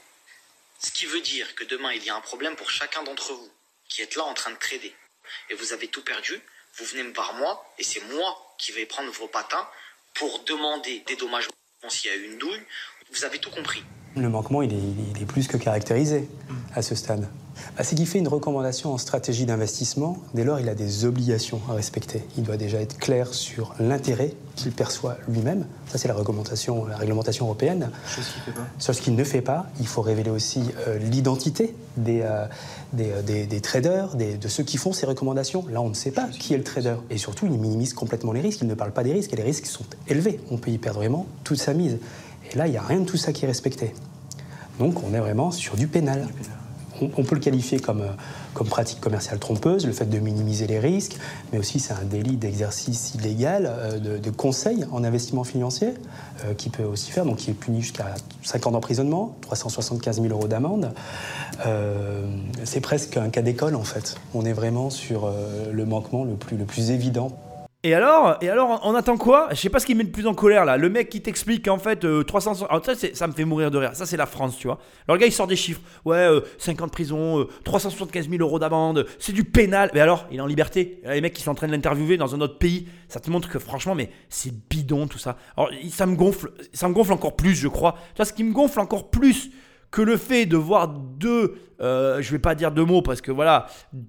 F: Ce qui veut dire que demain, il y a un problème pour chacun d'entre vous qui êtes là en train de trader. Et vous avez tout perdu, vous venez me voir moi, et c'est moi qui vais prendre vos patins pour demander des dommages s'il y a eu une douille. Vous avez tout compris.
O: Le manquement, il est, il est plus que caractérisé à ce stade. Bah, c'est qu'il fait une recommandation en stratégie d'investissement. Dès lors, il a des obligations à respecter. Il doit déjà être clair sur l'intérêt qu'il perçoit lui-même. Ça, c'est la recommandation, la réglementation européenne.
N: Chose qu'il fait pas.
O: Sur ce qu'il ne fait pas, il faut révéler aussi euh, l'identité des, euh, des, euh, des, des traders, des, de ceux qui font ces recommandations. Là, on ne sait pas qui est le trader. Et surtout, il minimise complètement les risques. Il ne parle pas des risques et les risques sont élevés. On peut y perdre vraiment toute sa mise. Et là, il n'y a rien de tout ça qui est respecté. Donc, on est vraiment sur du pénal. On, on peut le qualifier comme, comme pratique commerciale trompeuse, le fait de minimiser les risques, mais aussi c'est un délit d'exercice illégal euh, de, de conseil en investissement financier, euh, qui peut aussi faire, donc qui est puni jusqu'à cinq ans d'emprisonnement, trois cent soixante-quinze mille euros d'amende. Euh, c'est presque un cas d'école, en fait. On est vraiment sur euh, le manquement le plus, le plus évident.
A: Et alors, et alors, on attend quoi? Je sais pas ce qui me met le plus en colère là. Le mec qui t'explique qu'en fait euh, trois cents. Alors, ça, c'est, ça me fait mourir de rire. Ça, c'est la France, tu vois. Alors, le gars, il sort des chiffres. Ouais, euh, cinq ans de prison, euh, trois cent soixante-quinze mille euros d'amende. C'est du pénal. Mais alors, il est en liberté. Et là, les mecs qui sont en train de l'interviewer dans un autre pays, ça te montre que franchement, mais c'est bidon tout ça. Alors, ça me gonfle. Ça me gonfle encore plus, je crois. Tu vois, ce qui me gonfle encore plus que le fait de voir deux, euh, je ne vais pas dire deux mots parce que voilà,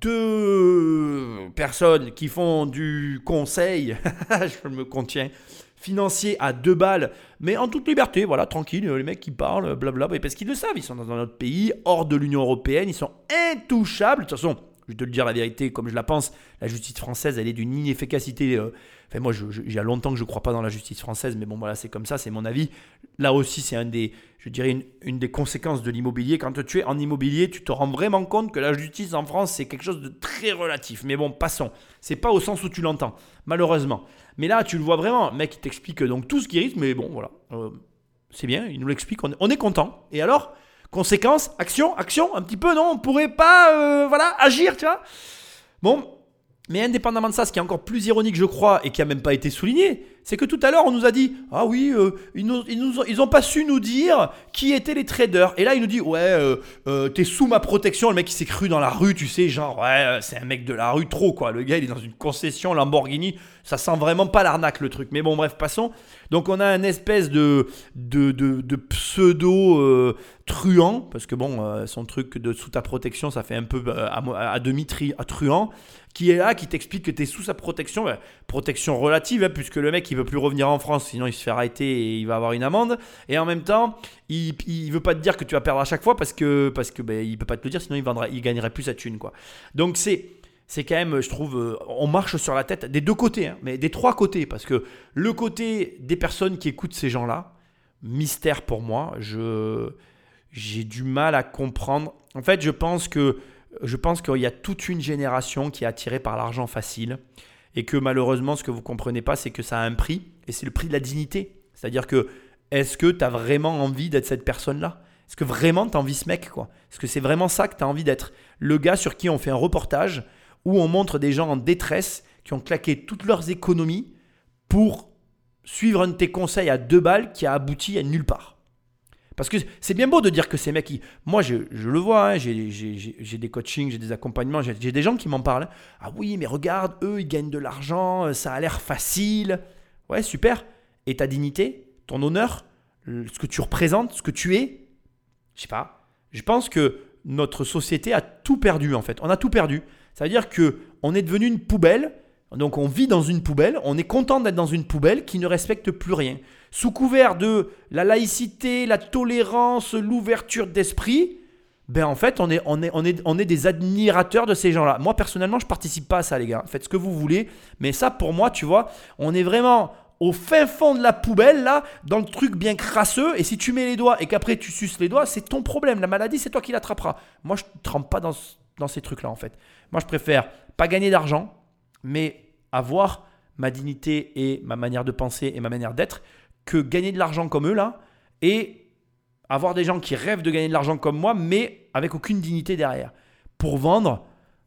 A: deux personnes qui font du conseil, je me contiens, financier à deux balles, mais en toute liberté, voilà, tranquille, les mecs qui parlent, blablabla, parce qu'ils le savent, ils sont dans un autre pays, hors de l'Union européenne, ils sont intouchables. De toute façon, je vais te le dire la vérité comme je la pense, la justice française, elle est d'une inefficacité. Euh, enfin, moi, je, je, il y a longtemps que je ne crois pas dans la justice française, mais bon, voilà, c'est comme ça, c'est mon avis. Là aussi, c'est un des, je dirais une, une des conséquences de l'immobilier. Quand tu es en immobilier, tu te rends vraiment compte que la justice en France, c'est quelque chose de très relatif. Mais bon, passons. C'est pas au sens où tu l'entends, malheureusement. Mais là, tu le vois vraiment. Le mec, il t'explique donc tout ce qui risque, mais bon, voilà. Euh, c'est bien, il nous l'explique, on est, on est content. Et alors, conséquence, action, action, un petit peu, non? On pourrait pas, euh, voilà, agir, tu vois? Bon, mais indépendamment de ça, ce qui est encore plus ironique, je crois, et qui a même pas été souligné, c'est que tout à l'heure, on nous a dit « Ah oui, euh, ils, nous, ils, nous ont, ils ont pas su nous dire qui étaient les traders. » Et là, il nous dit « Ouais, euh, euh, t'es sous ma protection. » Le mec, il s'est cru dans la rue, tu sais, genre « Ouais, c'est un mec de la rue, trop, quoi. » Le gars, il est dans une concession Lamborghini. Ça sent vraiment pas l'arnaque, le truc. Mais bon, bref, passons. Donc, on a un espèce de, de, de, de pseudo euh, truand, parce que bon, euh, son truc de sous ta protection, ça fait un peu euh, à, à demi tri, à truand, qui est là, qui t'explique que t'es sous sa protection. Ben, protection relative, hein, puisque le mec, il veut plus revenir en France, sinon il se fait arrêter et il va avoir une amende. Et en même temps, il, il veut pas te dire que tu vas perdre à chaque fois parce que, parce que ben, il peut pas te le dire, sinon il, vendra, il gagnerait plus sa thune, quoi. Donc c'est, c'est quand même, je trouve, euh, on marche sur la tête des deux côtés, hein, mais des trois côtés, parce que le côté des personnes qui écoutent ces gens-là, mystère pour moi, je, j'ai du mal à comprendre. En fait, je pense que, je pense qu'il y a toute une génération qui est attirée par l'argent facile. Et que malheureusement, ce que vous ne comprenez pas, c'est que ça a un prix, et c'est le prix de la dignité. C'est-à-dire que, est-ce que tu as vraiment envie d'être cette personne-là? Est-ce que vraiment tu as envie de ce mec, quoi? Est-ce que c'est vraiment ça que tu as envie d'être? Le gars sur qui on fait un reportage où on montre des gens en détresse qui ont claqué toutes leurs économies pour suivre un de tes conseils à deux balles qui a abouti à nulle part. Parce que c'est bien beau de dire que ces mecs, ils... moi je, je le vois, hein, j'ai, j'ai, j'ai, j'ai des coachings, j'ai des accompagnements, j'ai, j'ai des gens qui m'en parlent. Ah oui, mais regarde, eux, ils gagnent de l'argent, ça a l'air facile. Ouais, super. Et ta dignité, ton honneur, ce que tu représentes, ce que tu es, je sais pas. Je pense que notre société a tout perdu en fait. On a tout perdu. Ça veut dire qu'on est devenu une poubelle. Donc on vit dans une poubelle, on est content d'être dans une poubelle qui ne respecte plus rien. Sous couvert de la laïcité, la tolérance, l'ouverture d'esprit, ben en fait on est, on est, on est, on est des admirateurs de ces gens-là. Moi personnellement je ne participe pas à ça les gars, faites ce que vous voulez, mais ça pour moi tu vois, on est vraiment au fin fond de la poubelle là, dans le truc bien crasseux, et si tu mets les doigts et qu'après tu suces les doigts, c'est ton problème, la maladie c'est toi qui l'attraperas. Moi je ne trempe pas dans, dans ces trucs-là en fait. Moi je préfère pas gagner d'argent, mais avoir ma dignité et ma manière de penser et ma manière d'être, que gagner de l'argent comme eux là, et avoir des gens qui rêvent de gagner de l'argent comme moi, mais avec aucune dignité derrière. Pour vendre,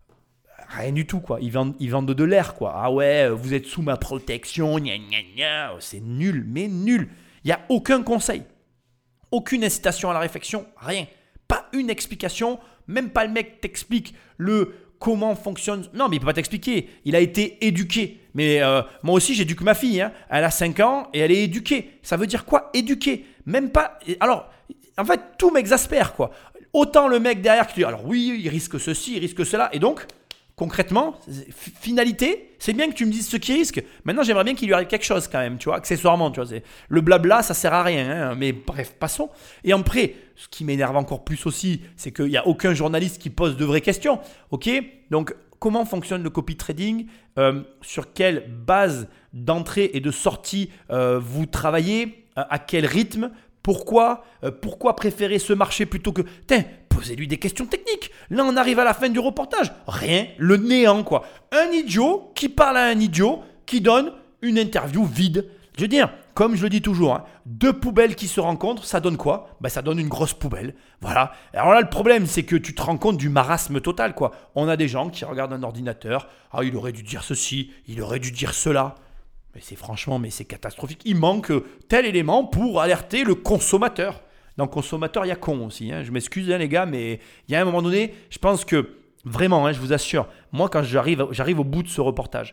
A: rien du tout quoi. Ils vendent, ils vendent de l'air quoi. Ah ouais, vous êtes sous ma protection, gna gna gna. C'est nul, mais nul. Il n'y a aucun conseil, aucune incitation à la réflexion, rien. Pas une explication, même pas le mec t'explique le... comment fonctionne... Non, mais il ne peut pas t'expliquer. Il a été éduqué. Mais euh, moi aussi, j'éduque ma fille. Hein. Elle a cinq ans et elle est éduquée. Ça veut dire quoi, éduquer? Même pas... Alors, en fait, tout m'exaspère, quoi. Autant le mec derrière qui dit, alors oui, il risque ceci, il risque cela. Et donc, concrètement, finalité, c'est bien que tu me dises ce qu'il risque. Maintenant, j'aimerais bien qu'il lui arrive quelque chose quand même, tu vois, accessoirement. Tu vois, c'est... Le blabla, ça ne sert à rien. Hein. Mais bref, passons. Et après... Ce qui m'énerve encore plus aussi, c'est qu'il n'y a aucun journaliste qui pose de vraies questions. Ok ? Donc, comment fonctionne le copy trading ? euh, Sur quelle base d'entrée et de sortie euh, vous travaillez ? euh, À quel rythme ? Pourquoi euh, Pourquoi préférer ce marché plutôt que... Tiens, posez-lui des questions techniques. Là, on arrive à la fin du reportage. Rien, le néant, quoi. Un idiot qui parle à un idiot qui donne une interview vide. Je veux dire, comme je le dis toujours, hein, deux poubelles qui se rencontrent, ça donne quoi ? Ben, ça donne une grosse poubelle. Voilà. Alors là, le problème, c'est que tu te rends compte du marasme total, quoi. On a des gens qui regardent un ordinateur. Ah, il aurait dû dire ceci, il aurait dû dire cela. Mais c'est franchement, mais c'est catastrophique. Il manque tel élément pour alerter le consommateur. Dans le consommateur, il y a con aussi. Hein. Je m'excuse, hein, les gars, mais il y a un moment donné, je pense que vraiment, hein, je vous assure, moi, quand j'arrive, j'arrive au bout de ce reportage,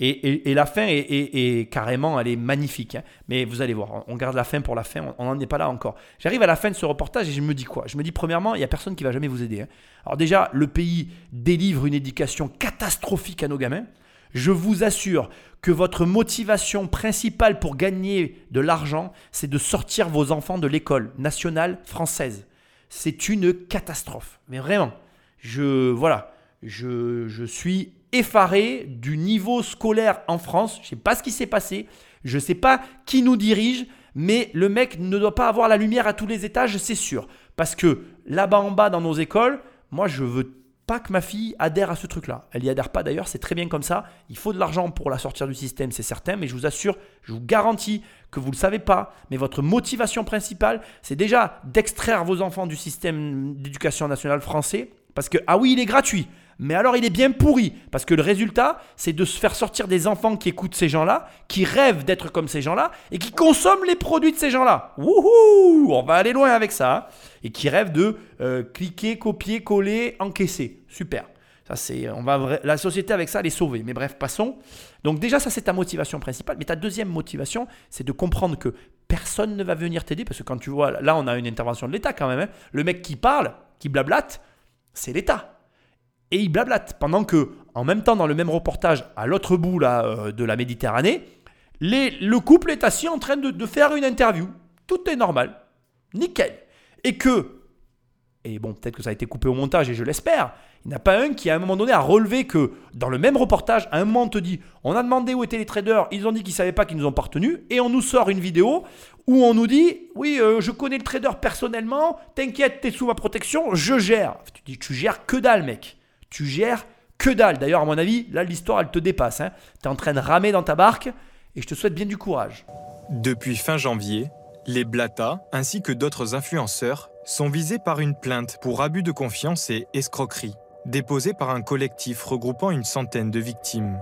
A: Et, et, et la fin est, est, est carrément, elle est magnifique. Hein. Mais vous allez voir, on garde la fin pour la fin, on n'en est pas là encore. J'arrive à la fin de ce reportage et je me dis quoi? Je me dis premièrement, il n'y a personne qui va jamais vous aider. Hein. Alors déjà, le pays délivre une éducation catastrophique à nos gamins. Je vous assure que votre motivation principale pour gagner de l'argent, c'est de sortir vos enfants de l'école nationale française. C'est une catastrophe. Mais vraiment, je, voilà, je, je suis effaré du niveau scolaire en France. Je ne sais pas ce qui s'est passé. Je ne sais pas qui nous dirige. Mais le mec ne doit pas avoir la lumière à tous les étages, c'est sûr. Parce que là-bas en bas dans nos écoles, moi je veux pas que ma fille adhère à ce truc-là. Elle n'y adhère pas d'ailleurs, c'est très bien comme ça. Il faut de l'argent pour la sortir du système, c'est certain. Mais je vous assure, je vous garantis que vous ne le savez pas. Mais votre motivation principale, c'est déjà d'extraire vos enfants du système d'éducation nationale français. Parce que, ah oui, il est gratuit. Mais alors il est bien pourri, parce que le résultat, c'est de se faire sortir des enfants qui écoutent ces gens-là, qui rêvent d'être comme ces gens-là, et qui consomment les produits de ces gens-là. Wouhou, on va aller loin avec ça. Hein. Et qui rêvent de euh, cliquer, copier, coller, encaisser. Super. Ça, c'est, on va, la société avec ça, elle est sauvée. Mais bref, passons. Donc déjà, ça c'est ta motivation principale. Mais ta deuxième motivation, c'est de comprendre que personne ne va venir t'aider, parce que quand tu vois, là on a une intervention de l'État quand même. Hein. Le mec qui parle, qui blablate, c'est l'État. Et il blablate. Pendant que, en même temps, dans le même reportage, à l'autre bout là, euh, de la Méditerranée, les, le couple est assis en train de, de faire une interview. Tout est normal. Nickel. Et que, et bon, peut-être que ça a été coupé au montage et je l'espère, il n'y en a pas un qui, à un moment donné, a relevé que, dans le même reportage, à un moment, on te dit, on a demandé où étaient les traders, ils ont dit qu'ils ne savaient pas, qu'ils nous ont pas retenus, et on nous sort une vidéo où on nous dit, oui, euh, je connais le trader personnellement, t'inquiète, t'es sous ma protection, je gère. Tu dis, tu gères que dalle, mec. Tu gères que dalle. D'ailleurs, à mon avis, là, l'histoire, elle te dépasse. Hein. Tu es en train de ramer dans ta barque et je te souhaite bien du courage.
C: Depuis fin janvier, les Blata, ainsi que d'autres influenceurs, sont visés par une plainte pour abus de confiance et escroquerie, déposée par un collectif regroupant une centaine de victimes.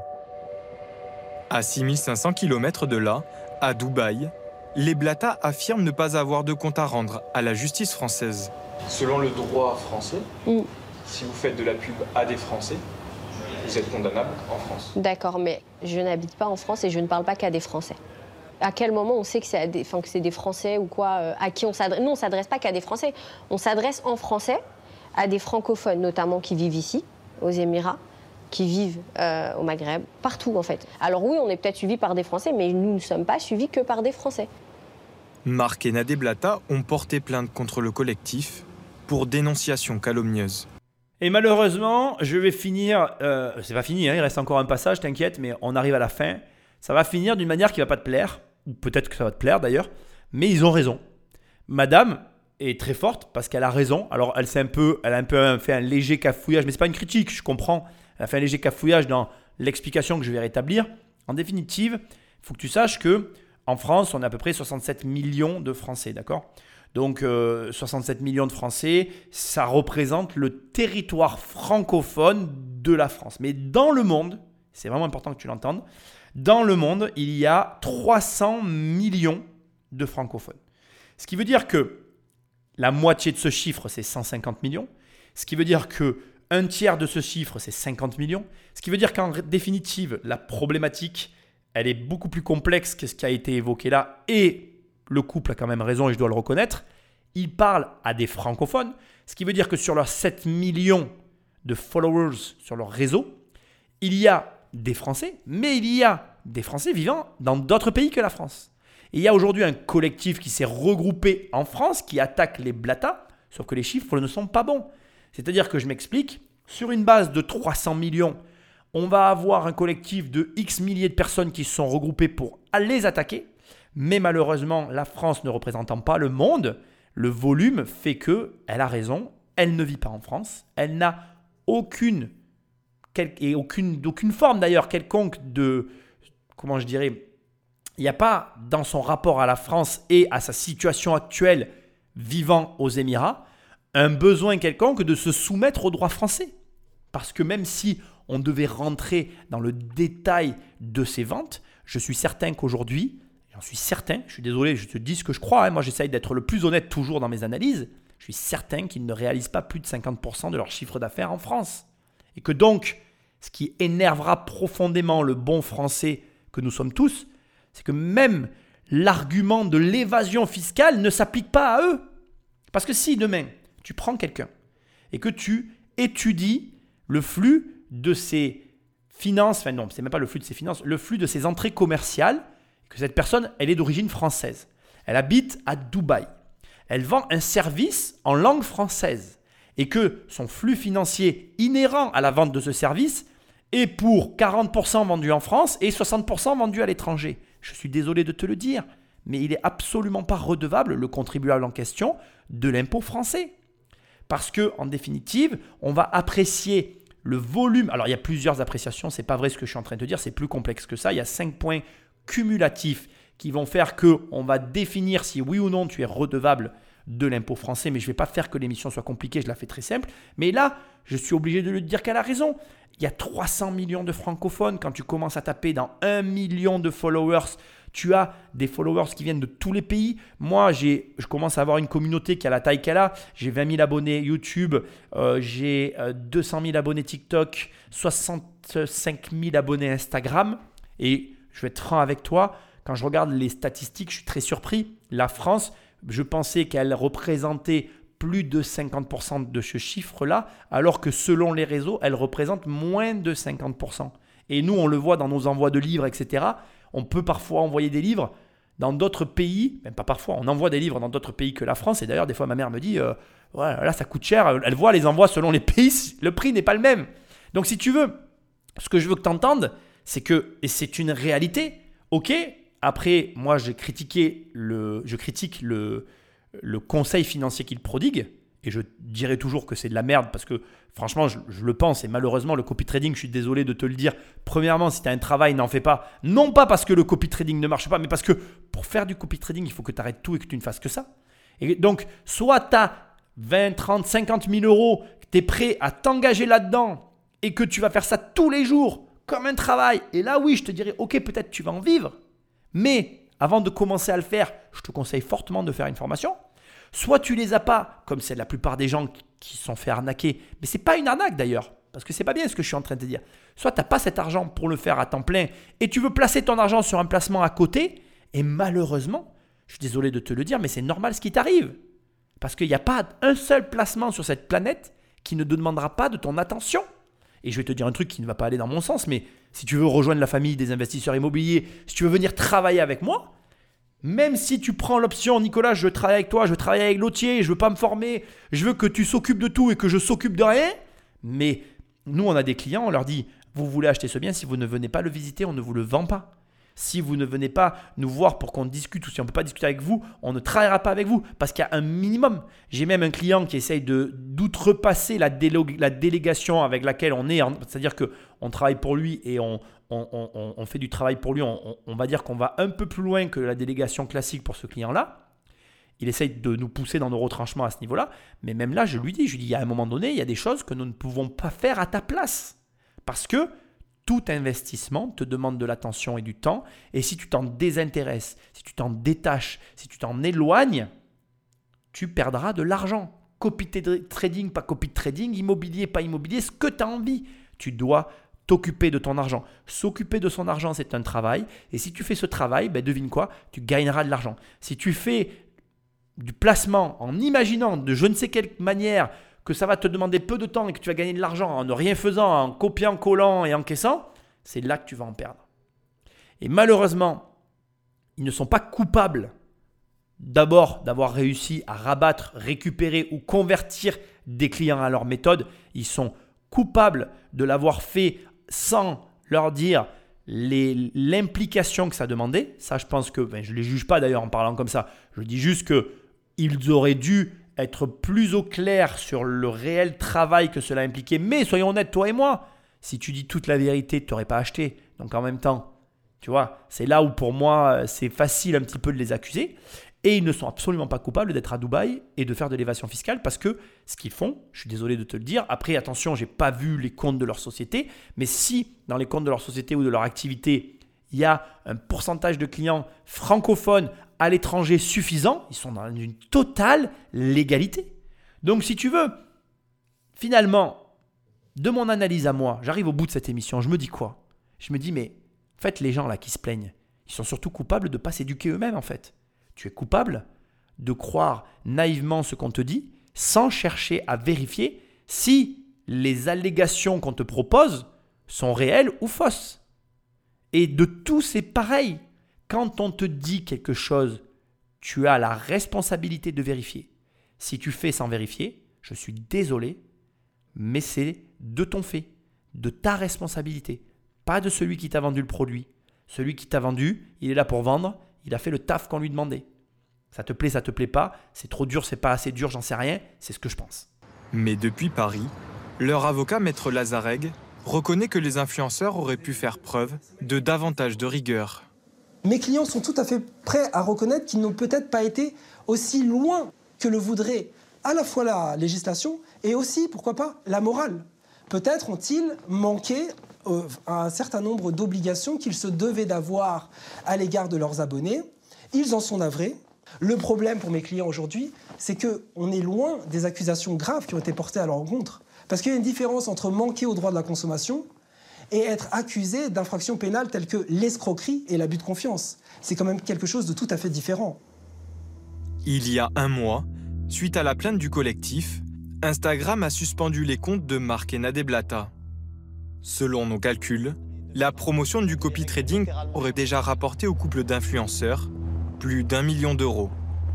C: À six mille cinq cents kilomètres de là, à Dubaï, les Blata affirment ne pas avoir de compte à rendre à la justice française.
H: Selon le droit français,
I: mm.
H: si vous faites de la pub à des Français, vous êtes condamnable en France.
I: D'accord, mais je n'habite pas en France et je ne parle pas qu'à des Français. À quel moment on sait que c'est, des, enfin, que c'est des Français ou quoi, euh, à qui on s'adresse? Nous, on ne s'adresse pas qu'à des Français. On s'adresse en français à des francophones, notamment qui vivent ici, aux Émirats, qui vivent euh, au Maghreb, partout en fait. Alors oui, on est peut-être suivis par des Français, mais nous ne sommes pas suivis que par des Français.
C: Marc et Nadé Blata ont porté plainte contre le collectif pour dénonciation calomnieuse.
A: Et malheureusement, je vais finir, euh, c'est pas fini, hein, il reste encore un passage, t'inquiète, mais on arrive à la fin. Ça va finir d'une manière qui va pas te plaire, ou peut-être que ça va te plaire d'ailleurs, mais ils ont raison. Madame est très forte parce qu'elle a raison. Alors elle, s'est un peu, elle a un peu fait un léger cafouillage, mais c'est pas une critique, je comprends. Elle a fait un léger cafouillage dans l'explication que je vais rétablir. En définitive, il faut que tu saches que en France, on a à peu près soixante-sept millions de Français, d'accord ? Donc euh, soixante-sept millions de Français, ça représente le territoire francophone de la France. Mais dans le monde, c'est vraiment important que tu l'entendes, dans le monde, il y a trois cents millions de francophones. Ce qui veut dire que la moitié de ce chiffre, c'est cent cinquante millions. Ce qui veut dire qu'un tiers de ce chiffre, c'est cinquante millions. Ce qui veut dire qu'en définitive, la problématique, elle est beaucoup plus complexe que ce qui a été évoqué là. Et le couple a quand même raison et je dois le reconnaître. Il parle à des francophones. Ce qui veut dire que sur leurs sept millions de followers sur leur réseau, il y a des Français, mais il y a des Français vivant dans d'autres pays que la France. Et il y a aujourd'hui un collectif qui s'est regroupé en France qui attaque les Blata, sauf que les chiffres ne sont pas bons. C'est-à-dire que je m'explique, sur une base de trois cents millions, on va avoir un collectif de X milliers de personnes qui se sont regroupées pour les attaquer. Mais malheureusement, la France ne représentant pas le monde, le volume fait qu'elle a raison, elle ne vit pas en France, elle n'a aucune, et aucune, d'aucune forme d'ailleurs quelconque de, comment je dirais, il n'y a pas dans son rapport à la France et à sa situation actuelle vivant aux Émirats, un besoin quelconque de se soumettre au droit français. Parce que même si on devait rentrer dans le détail de ces ventes, je suis certain qu'aujourd'hui, j'en suis certain, je suis désolé, je te dis ce que je crois, hein, moi j'essaye d'être le plus honnête toujours dans mes analyses, je suis certain qu'ils ne réalisent pas plus de cinquante pour cent de leur chiffre d'affaires en France. Et que donc, ce qui énervera profondément le bon français que nous sommes tous, c'est que même l'argument de l'évasion fiscale ne s'applique pas à eux. Parce que si demain, tu prends quelqu'un et que tu étudies le flux de ses finances, enfin non, c'est même pas le flux de ses finances, le flux de ses entrées commerciales, que cette personne, elle est d'origine française. Elle habite à Dubaï. Elle vend un service en langue française et que son flux financier inhérent à la vente de ce service est pour quarante pour cent vendu en France et soixante pour cent vendu à l'étranger. Je suis désolé de te le dire, mais il n'est absolument pas redevable, le contribuable en question, de l'impôt français. Parce que, en définitive, on va apprécier le volume. Alors, il y a plusieurs appréciations, ce n'est pas vrai ce que je suis en train de te dire, c'est plus complexe que ça. Il y a cinq points cumulatifs qui vont faire qu'on va définir si oui ou non tu es redevable de l'impôt français, mais je ne vais pas faire que l'émission soit compliquée, je la fais très simple. Mais là, je suis obligé de lui dire qu'elle a raison. Il y a trois cents millions de francophones. Quand tu commences à taper dans un million de followers, tu as des followers qui viennent de tous les pays. Moi, j'ai, je commence à avoir une communauté qui a la taille qu'elle a. J'ai vingt mille abonnés YouTube, euh, j'ai euh, deux cent mille abonnés TikTok, soixante-cinq mille abonnés Instagram. Et je vais être franc avec toi, quand je regarde les statistiques, je suis très surpris. La France, je pensais qu'elle représentait plus de cinquante pour cent de ce chiffre-là, alors que selon les réseaux, elle représente moins de cinquante pour cent. Et nous, on le voit dans nos envois de livres, et cetera. On peut parfois envoyer des livres dans d'autres pays, même pas parfois, on envoie des livres dans d'autres pays que la France. Et d'ailleurs, des fois, ma mère me dit, euh, ouais, là, ça coûte cher. Elle voit les envois selon les pays, le prix n'est pas le même. Donc, si tu veux, ce que je veux que tu entendes, c'est que, et c'est une réalité, ok, après, moi, j'ai critiqué le, je critique le, le conseil financier qu'il prodigue, et je dirais toujours que c'est de la merde parce que franchement, je, je le pense, et malheureusement, le copy trading, je suis désolé de te le dire, premièrement, si tu as un travail, n'en fais pas, non pas parce que le copy trading ne marche pas, mais parce que pour faire du copy trading, il faut que tu arrêtes tout et que tu ne fasses que ça. Et donc, soit tu as vingt, trente, cinquante mille euros, tu es prêt à t'engager là-dedans et que tu vas faire ça tous les jours comme un travail, et là, oui, je te dirais, ok, peut-être tu vas en vivre, mais avant de commencer à le faire, je te conseille fortement de faire une formation. Soit tu les as pas, comme c'est la plupart des gens qui se sont fait arnaquer, mais ce n'est pas une arnaque d'ailleurs, parce que ce n'est pas bien ce que je suis en train de te dire. Soit tu n'as pas cet argent pour le faire à temps plein et tu veux placer ton argent sur un placement à côté, et malheureusement, je suis désolé de te le dire, mais c'est normal ce qui t'arrive. Parce qu'il n'y a pas un seul placement sur cette planète qui ne demandera pas de ton attention. Et je vais te dire un truc qui ne va pas aller dans mon sens, mais si tu veux rejoindre la famille des investisseurs immobiliers, si tu veux venir travailler avec moi, même si tu prends l'option, Nicolas, je veux travailler avec toi, je veux travailler avec Lotier, je ne veux pas me former, je veux que tu s'occupes de tout et que je s'occupe de rien. Mais nous, on a des clients, on leur dit, vous voulez acheter ce bien, si vous ne venez pas le visiter, on ne vous le vend pas. Si vous ne venez pas nous voir pour qu'on discute ou si on ne peut pas discuter avec vous, on ne travaillera pas avec vous parce qu'il y a un minimum. J'ai même un client qui essaye de, d'outrepasser la, délog- la délégation avec laquelle on est. C'est-à-dire qu'on travaille pour lui et on, on, on, on fait du travail pour lui. On, on va dire qu'on va un peu plus loin que la délégation classique pour ce client-là. Il essaye de nous pousser dans nos retranchements à ce niveau-là. Mais même là, je lui dis, je lui dis, à un moment donné, il y a des choses que nous ne pouvons pas faire à ta place. Parce que tout investissement te demande de l'attention et du temps. Et si tu t'en désintéresses, si tu t'en détaches, si tu t'en éloignes, tu perdras de l'argent. Copy trading, pas copy trading, immobilier, pas immobilier, ce que tu as envie. Tu dois t'occuper de ton argent. S'occuper de son argent, c'est un travail. Et si tu fais ce travail, ben devine quoi, tu gagneras de l'argent. Si tu fais du placement en imaginant de je ne sais quelle manière que ça va te demander peu de temps et que tu vas gagner de l'argent en ne rien faisant, en copiant, collant et encaissant, c'est là que tu vas en perdre. Et malheureusement, ils ne sont pas coupables d'abord d'avoir réussi à rabattre, récupérer ou convertir des clients à leur méthode. Ils sont coupables de l'avoir fait sans leur dire les, l'implication que ça demandait. Ça, je pense que, ben, je ne les juge pas d'ailleurs en parlant comme ça. Je dis juste qu'ils auraient dû être plus au clair sur le réel travail que cela impliquait. Mais soyons honnêtes, toi et moi, si tu dis toute la vérité, tu n'aurais pas acheté. Donc en même temps, tu vois, c'est là où pour moi, c'est facile un petit peu de les accuser. Et ils ne sont absolument pas coupables d'être à Dubaï et de faire de l'évasion fiscale parce que ce qu'ils font, je suis désolé de te le dire, après attention, je n'ai pas vu les comptes de leur société, mais si dans les comptes de leur société ou de leur activité, il y a un pourcentage de clients francophones à l'étranger suffisant, ils sont dans une totale légalité. Donc si tu veux, finalement, de mon analyse à moi, j'arrive au bout de cette émission, je me dis quoi? Je me dis, mais en fait, les gens là qui se plaignent, ils sont surtout coupables de ne pas s'éduquer eux-mêmes en fait. Tu es coupable de croire naïvement ce qu'on te dit sans chercher à vérifier si les allégations qu'on te propose sont réelles ou fausses. Et de tout, c'est pareil. Quand on te dit quelque chose, tu as la responsabilité de vérifier. Si tu fais sans vérifier, je suis désolé, mais c'est de ton fait, de ta responsabilité, pas de celui qui t'a vendu le produit. Celui qui t'a vendu, il est là pour vendre, il a fait le taf qu'on lui demandait. Ça te plaît, ça te plaît pas, c'est trop dur, c'est pas assez dur, j'en sais rien, c'est ce que je pense.
C: Mais depuis Paris, leur avocat Maître Lazareg reconnaît que les influenceurs auraient pu faire preuve de davantage de rigueur.
O: Mes clients sont tout à fait prêts à reconnaître qu'ils n'ont peut-être pas été aussi loin que le voudrait à la fois la législation et aussi, pourquoi pas, la morale. Peut-être ont-ils manqué euh, à un certain nombre d'obligations qu'ils se devaient d'avoir à l'égard de leurs abonnés. Ils en sont navrés. Le problème pour mes clients aujourd'hui, c'est qu'on est loin des accusations graves qui ont été portées à leur encontre. Parce qu'il y a une différence entre manquer aux droits de la consommation et être accusé d'infractions pénales telles que l'escroquerie et l'abus de confiance. C'est quand même quelque chose de tout à fait différent.
C: Il y a un mois, suite à la plainte du collectif, Instagram a suspendu les comptes de Marc et Nadé Blata. Selon nos calculs, la promotion du copy trading aurait déjà rapporté au couple d'influenceurs plus d'un million d'euros.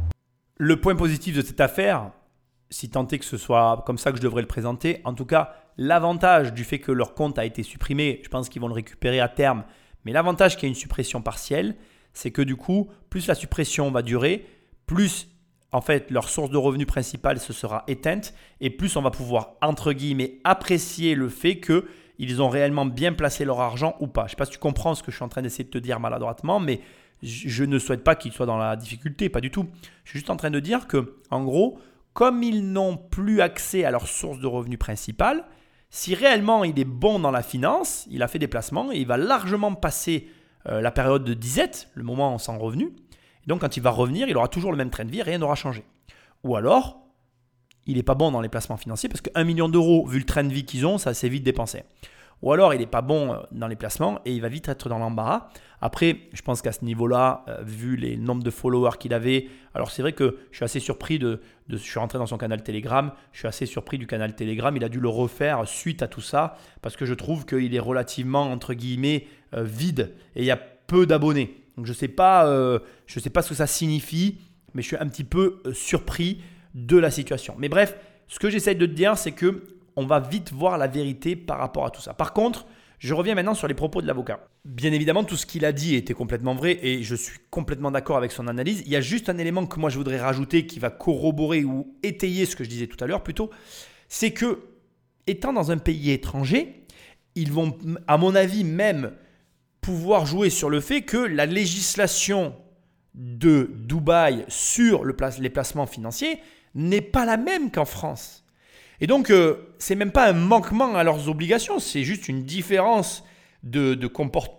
A: Le point positif de cette affaire, si tant est que ce soit comme ça que je devrais le présenter, en tout cas, l'avantage du fait que leur compte a été supprimé, je pense qu'ils vont le récupérer à terme, mais l'avantage qu'il y ait une suppression partielle, c'est que du coup, plus la suppression va durer, plus en fait leur source de revenus principale se sera éteinte et plus on va pouvoir, entre guillemets, apprécier le fait qu'ils ont réellement bien placé leur argent ou pas. Je ne sais pas si tu comprends ce que je suis en train d'essayer de te dire maladroitement, mais je ne souhaite pas qu'ils soient dans la difficulté, pas du tout. Je suis juste en train de dire que, en gros, comme ils n'ont plus accès à leur source de revenus principale, si réellement il est bon dans la finance, il a fait des placements et il va largement passer euh, la période de disette, le moment sans revenu. Et donc quand il va revenir, il aura toujours le même train de vie, rien n'aura changé. Ou alors, il n'est pas bon dans les placements financiers parce qu'un million d'euros, vu le train de vie qu'ils ont, ça s'est vite dépensé. Ou alors, il n'est pas bon dans les placements et il va vite être dans l'embarras. Après, je pense qu'à ce niveau-là, euh, vu les nombres de followers qu'il avait, alors c'est vrai que je suis assez surpris de, de... Je suis rentré dans son canal Telegram, je suis assez surpris du canal Telegram. Il a dû le refaire suite à tout ça parce que je trouve qu'il est relativement, entre guillemets, euh, vide et il y a peu d'abonnés. Donc, je ne sais pas, euh, je sais pas ce que ça signifie, mais je suis un petit peu euh, surpris de la situation. Mais bref, ce que j'essaie de te dire, c'est que on va vite voir la vérité par rapport à tout ça. Par contre, je reviens maintenant sur les propos de l'avocat. Bien évidemment, tout ce qu'il a dit était complètement vrai et je suis complètement d'accord avec son analyse. Il y a juste un élément que moi je voudrais rajouter qui va corroborer ou étayer ce que je disais tout à l'heure plutôt. C'est que, étant dans un pays étranger, ils vont, à mon avis, même pouvoir jouer sur le fait que la législation de Dubaï sur le place, les placements financiers n'est pas la même qu'en France. Et donc, euh, ce n'est même pas un manquement à leurs obligations, c'est juste une différence de, de comportement.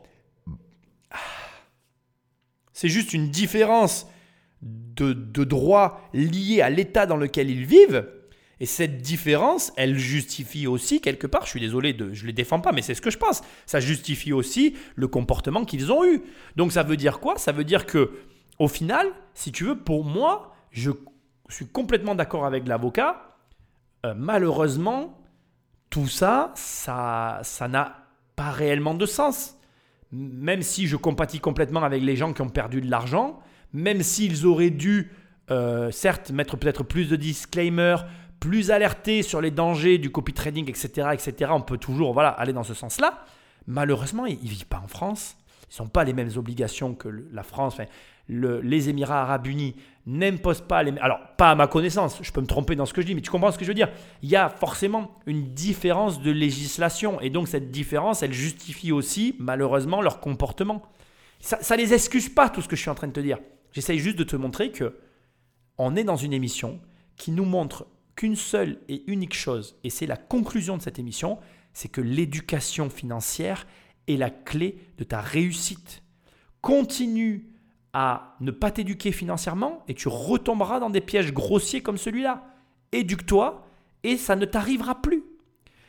A: C'est juste une différence de, de droit liée à l'état dans lequel ils vivent. Et cette différence, elle justifie aussi quelque part, je suis désolé, de, je ne les défends pas, mais c'est ce que je pense, ça justifie aussi le comportement qu'ils ont eu. Donc ça veut dire quoi? Ça veut dire que, au final, si tu veux, pour moi, je suis complètement d'accord avec l'avocat. Euh, malheureusement, tout ça, ça, ça n'a pas réellement de sens. Même si je compatis complètement avec les gens qui ont perdu de l'argent, même s'ils auraient dû, euh, certes, mettre peut-être plus de disclaimers, plus alertés sur les dangers du copy trading, et cetera, et cetera. On peut toujours voilà, aller dans ce sens-là. Malheureusement, ils ne vivent pas en France. Ils n'ont pas les mêmes obligations que le, la France. Enfin, le, les Émirats Arabes Unis n'imposent pas les... Alors, pas à ma connaissance, je peux me tromper dans ce que je dis, mais tu comprends ce que je veux dire. Il y a forcément une différence de législation. Et donc, cette différence, elle justifie aussi, malheureusement, leur comportement. Ça ne les excuse pas, tout ce que je suis en train de te dire. J'essaye juste de te montrer qu'on est dans une émission qui nous montre qu'une seule et unique chose, et c'est la conclusion de cette émission, c'est que l'éducation financière est la clé de ta réussite. Continue à ne pas t'éduquer financièrement et tu retomberas dans des pièges grossiers comme celui-là. Éduque-toi et ça ne t'arrivera plus.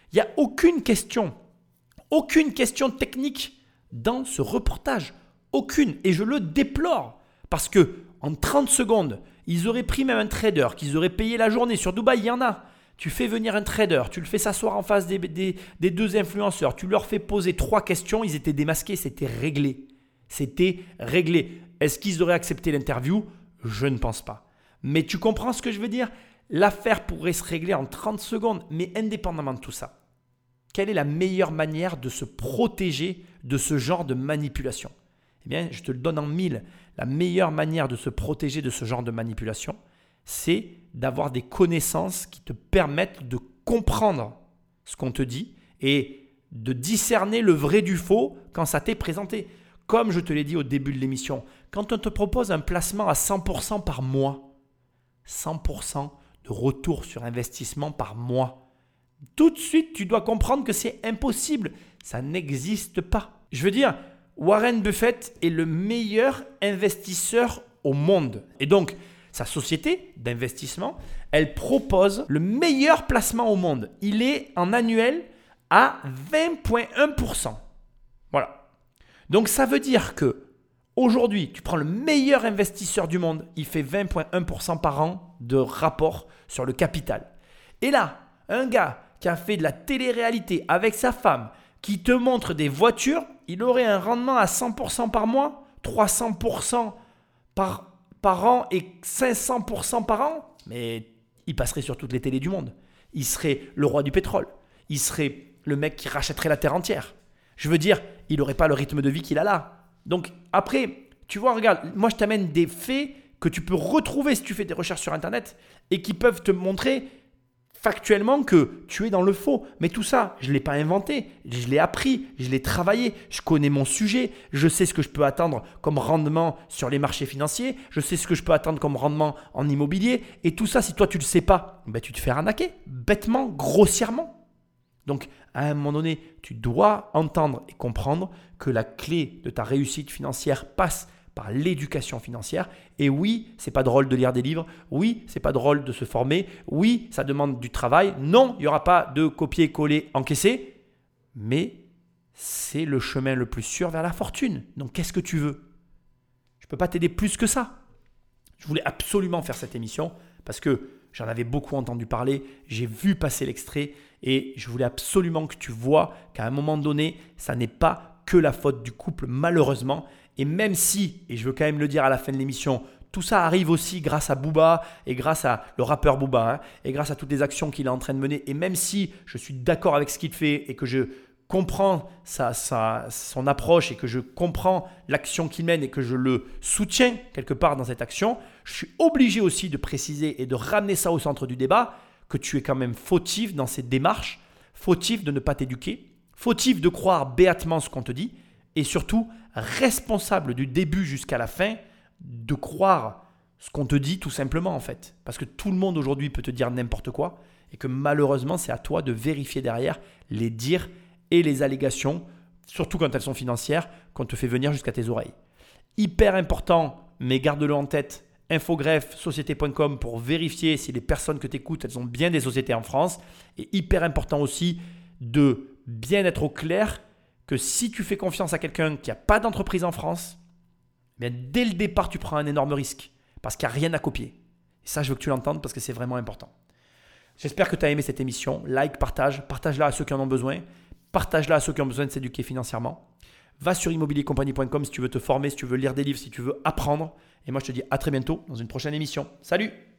A: Il n'y a aucune question, aucune question technique dans ce reportage. Aucune. Et je le déplore parce que en trente secondes, ils auraient pris même un trader qu'ils auraient payé la journée. Sur Dubaï, il y en a. Tu fais venir un trader, tu le fais s'asseoir en face des, des, des deux influenceurs, tu leur fais poser trois questions, ils étaient démasqués, c'était réglé. C'était réglé. Est-ce qu'ils auraient accepté l'interview ? Je ne pense pas. Mais tu comprends ce que je veux dire ? L'affaire pourrait se régler en trente secondes, mais indépendamment de tout ça. Quelle est la meilleure manière de se protéger de ce genre de manipulation ? Eh bien, je te le donne en mille. La meilleure manière de se protéger de ce genre de manipulation, c'est d'avoir des connaissances qui te permettent de comprendre ce qu'on te dit et de discerner le vrai du faux quand ça t'est présenté. Comme je te l'ai dit au début de l'émission, quand on te propose un placement à cent pour cent par mois, cent pour cent de retour sur investissement par mois, tout de suite, tu dois comprendre que c'est impossible. Ça n'existe pas. Je veux dire, Warren Buffett est le meilleur investisseur au monde. Et donc, sa société d'investissement, elle propose le meilleur placement au monde. Il est en annuel à vingt virgule un pour cent. Voilà. Donc, ça veut dire que aujourd'hui, tu prends le meilleur investisseur du monde, il fait vingt virgule un pour cent par an de rapport sur le capital. Et là, un gars qui a fait de la télé-réalité avec sa femme, qui te montre des voitures, il aurait un rendement à cent pour cent par mois, trois cents pour cent par, par an et cinq cents pour cent par an. Mais il passerait sur toutes les télés du monde. Il serait le roi du pétrole. Il serait le mec qui rachèterait la terre entière. Je veux dire, il n'aurait pas le rythme de vie qu'il a là. Donc après, tu vois, regarde, moi je t'amène des faits que tu peux retrouver si tu fais des recherches sur Internet et qui peuvent te montrer factuellement que tu es dans le faux. Mais tout ça, je ne l'ai pas inventé, je l'ai appris, je l'ai travaillé, je connais mon sujet, je sais ce que je peux attendre comme rendement sur les marchés financiers, je sais ce que je peux attendre comme rendement en immobilier. Et tout ça, si toi tu ne le sais pas, ben, tu te fais arnaquer, bêtement, grossièrement. Donc, à un moment donné, tu dois entendre et comprendre que la clé de ta réussite financière passe par l'éducation financière. Et oui, c'est pas drôle de lire des livres. Oui, c'est pas drôle de se former. Oui, ça demande du travail. Non, il n'y aura pas de copier-coller encaissé. Mais c'est le chemin le plus sûr vers la fortune. Donc, qu'est-ce que tu veux ? Je ne peux pas t'aider plus que ça. Je voulais absolument faire cette émission parce que j'en avais beaucoup entendu parler. J'ai vu passer l'extrait et je voulais absolument que tu vois qu'à un moment donné, ça n'est pas que la faute du couple, malheureusement. Et même si, et je veux quand même le dire à la fin de l'émission, tout ça arrive aussi grâce à Booba et grâce à le rappeur Booba hein, et grâce à toutes les actions qu'il est en train de mener. Et même si je suis d'accord avec ce qu'il fait et que je comprends sa, sa, son approche et que je comprends l'action qu'il mène et que je le soutiens quelque part dans cette action, je suis obligé aussi de préciser et de ramener ça au centre du débat que tu es quand même fautif dans cette démarche, fautif de ne pas t'éduquer, fautif de croire béatement ce qu'on te dit et surtout responsable du début jusqu'à la fin de croire ce qu'on te dit tout simplement en fait. Parce que tout le monde aujourd'hui peut te dire n'importe quoi et que malheureusement c'est à toi de vérifier derrière les dires et les allégations, surtout quand elles sont financières, qu'on te fait venir jusqu'à tes oreilles. Hyper important, mais garde-le en tête, infogreffe société point com pour vérifier si les personnes que tu écoutes, elles ont bien des sociétés en France. Et hyper important aussi de bien être au clair que si tu fais confiance à quelqu'un qui n'a pas d'entreprise en France, bien dès le départ, tu prends un énorme risque parce qu'il n'y a rien à copier. Et ça, je veux que tu l'entendes parce que c'est vraiment important. J'espère que tu as aimé cette émission. Like, partage, partage-la à ceux qui en ont besoin. Partage-la à ceux qui ont besoin de s'éduquer financièrement. Va sur immobilier compagnie point com si tu veux te former, si tu veux lire des livres, si tu veux apprendre. Et moi, je te dis à très bientôt dans une prochaine émission. Salut!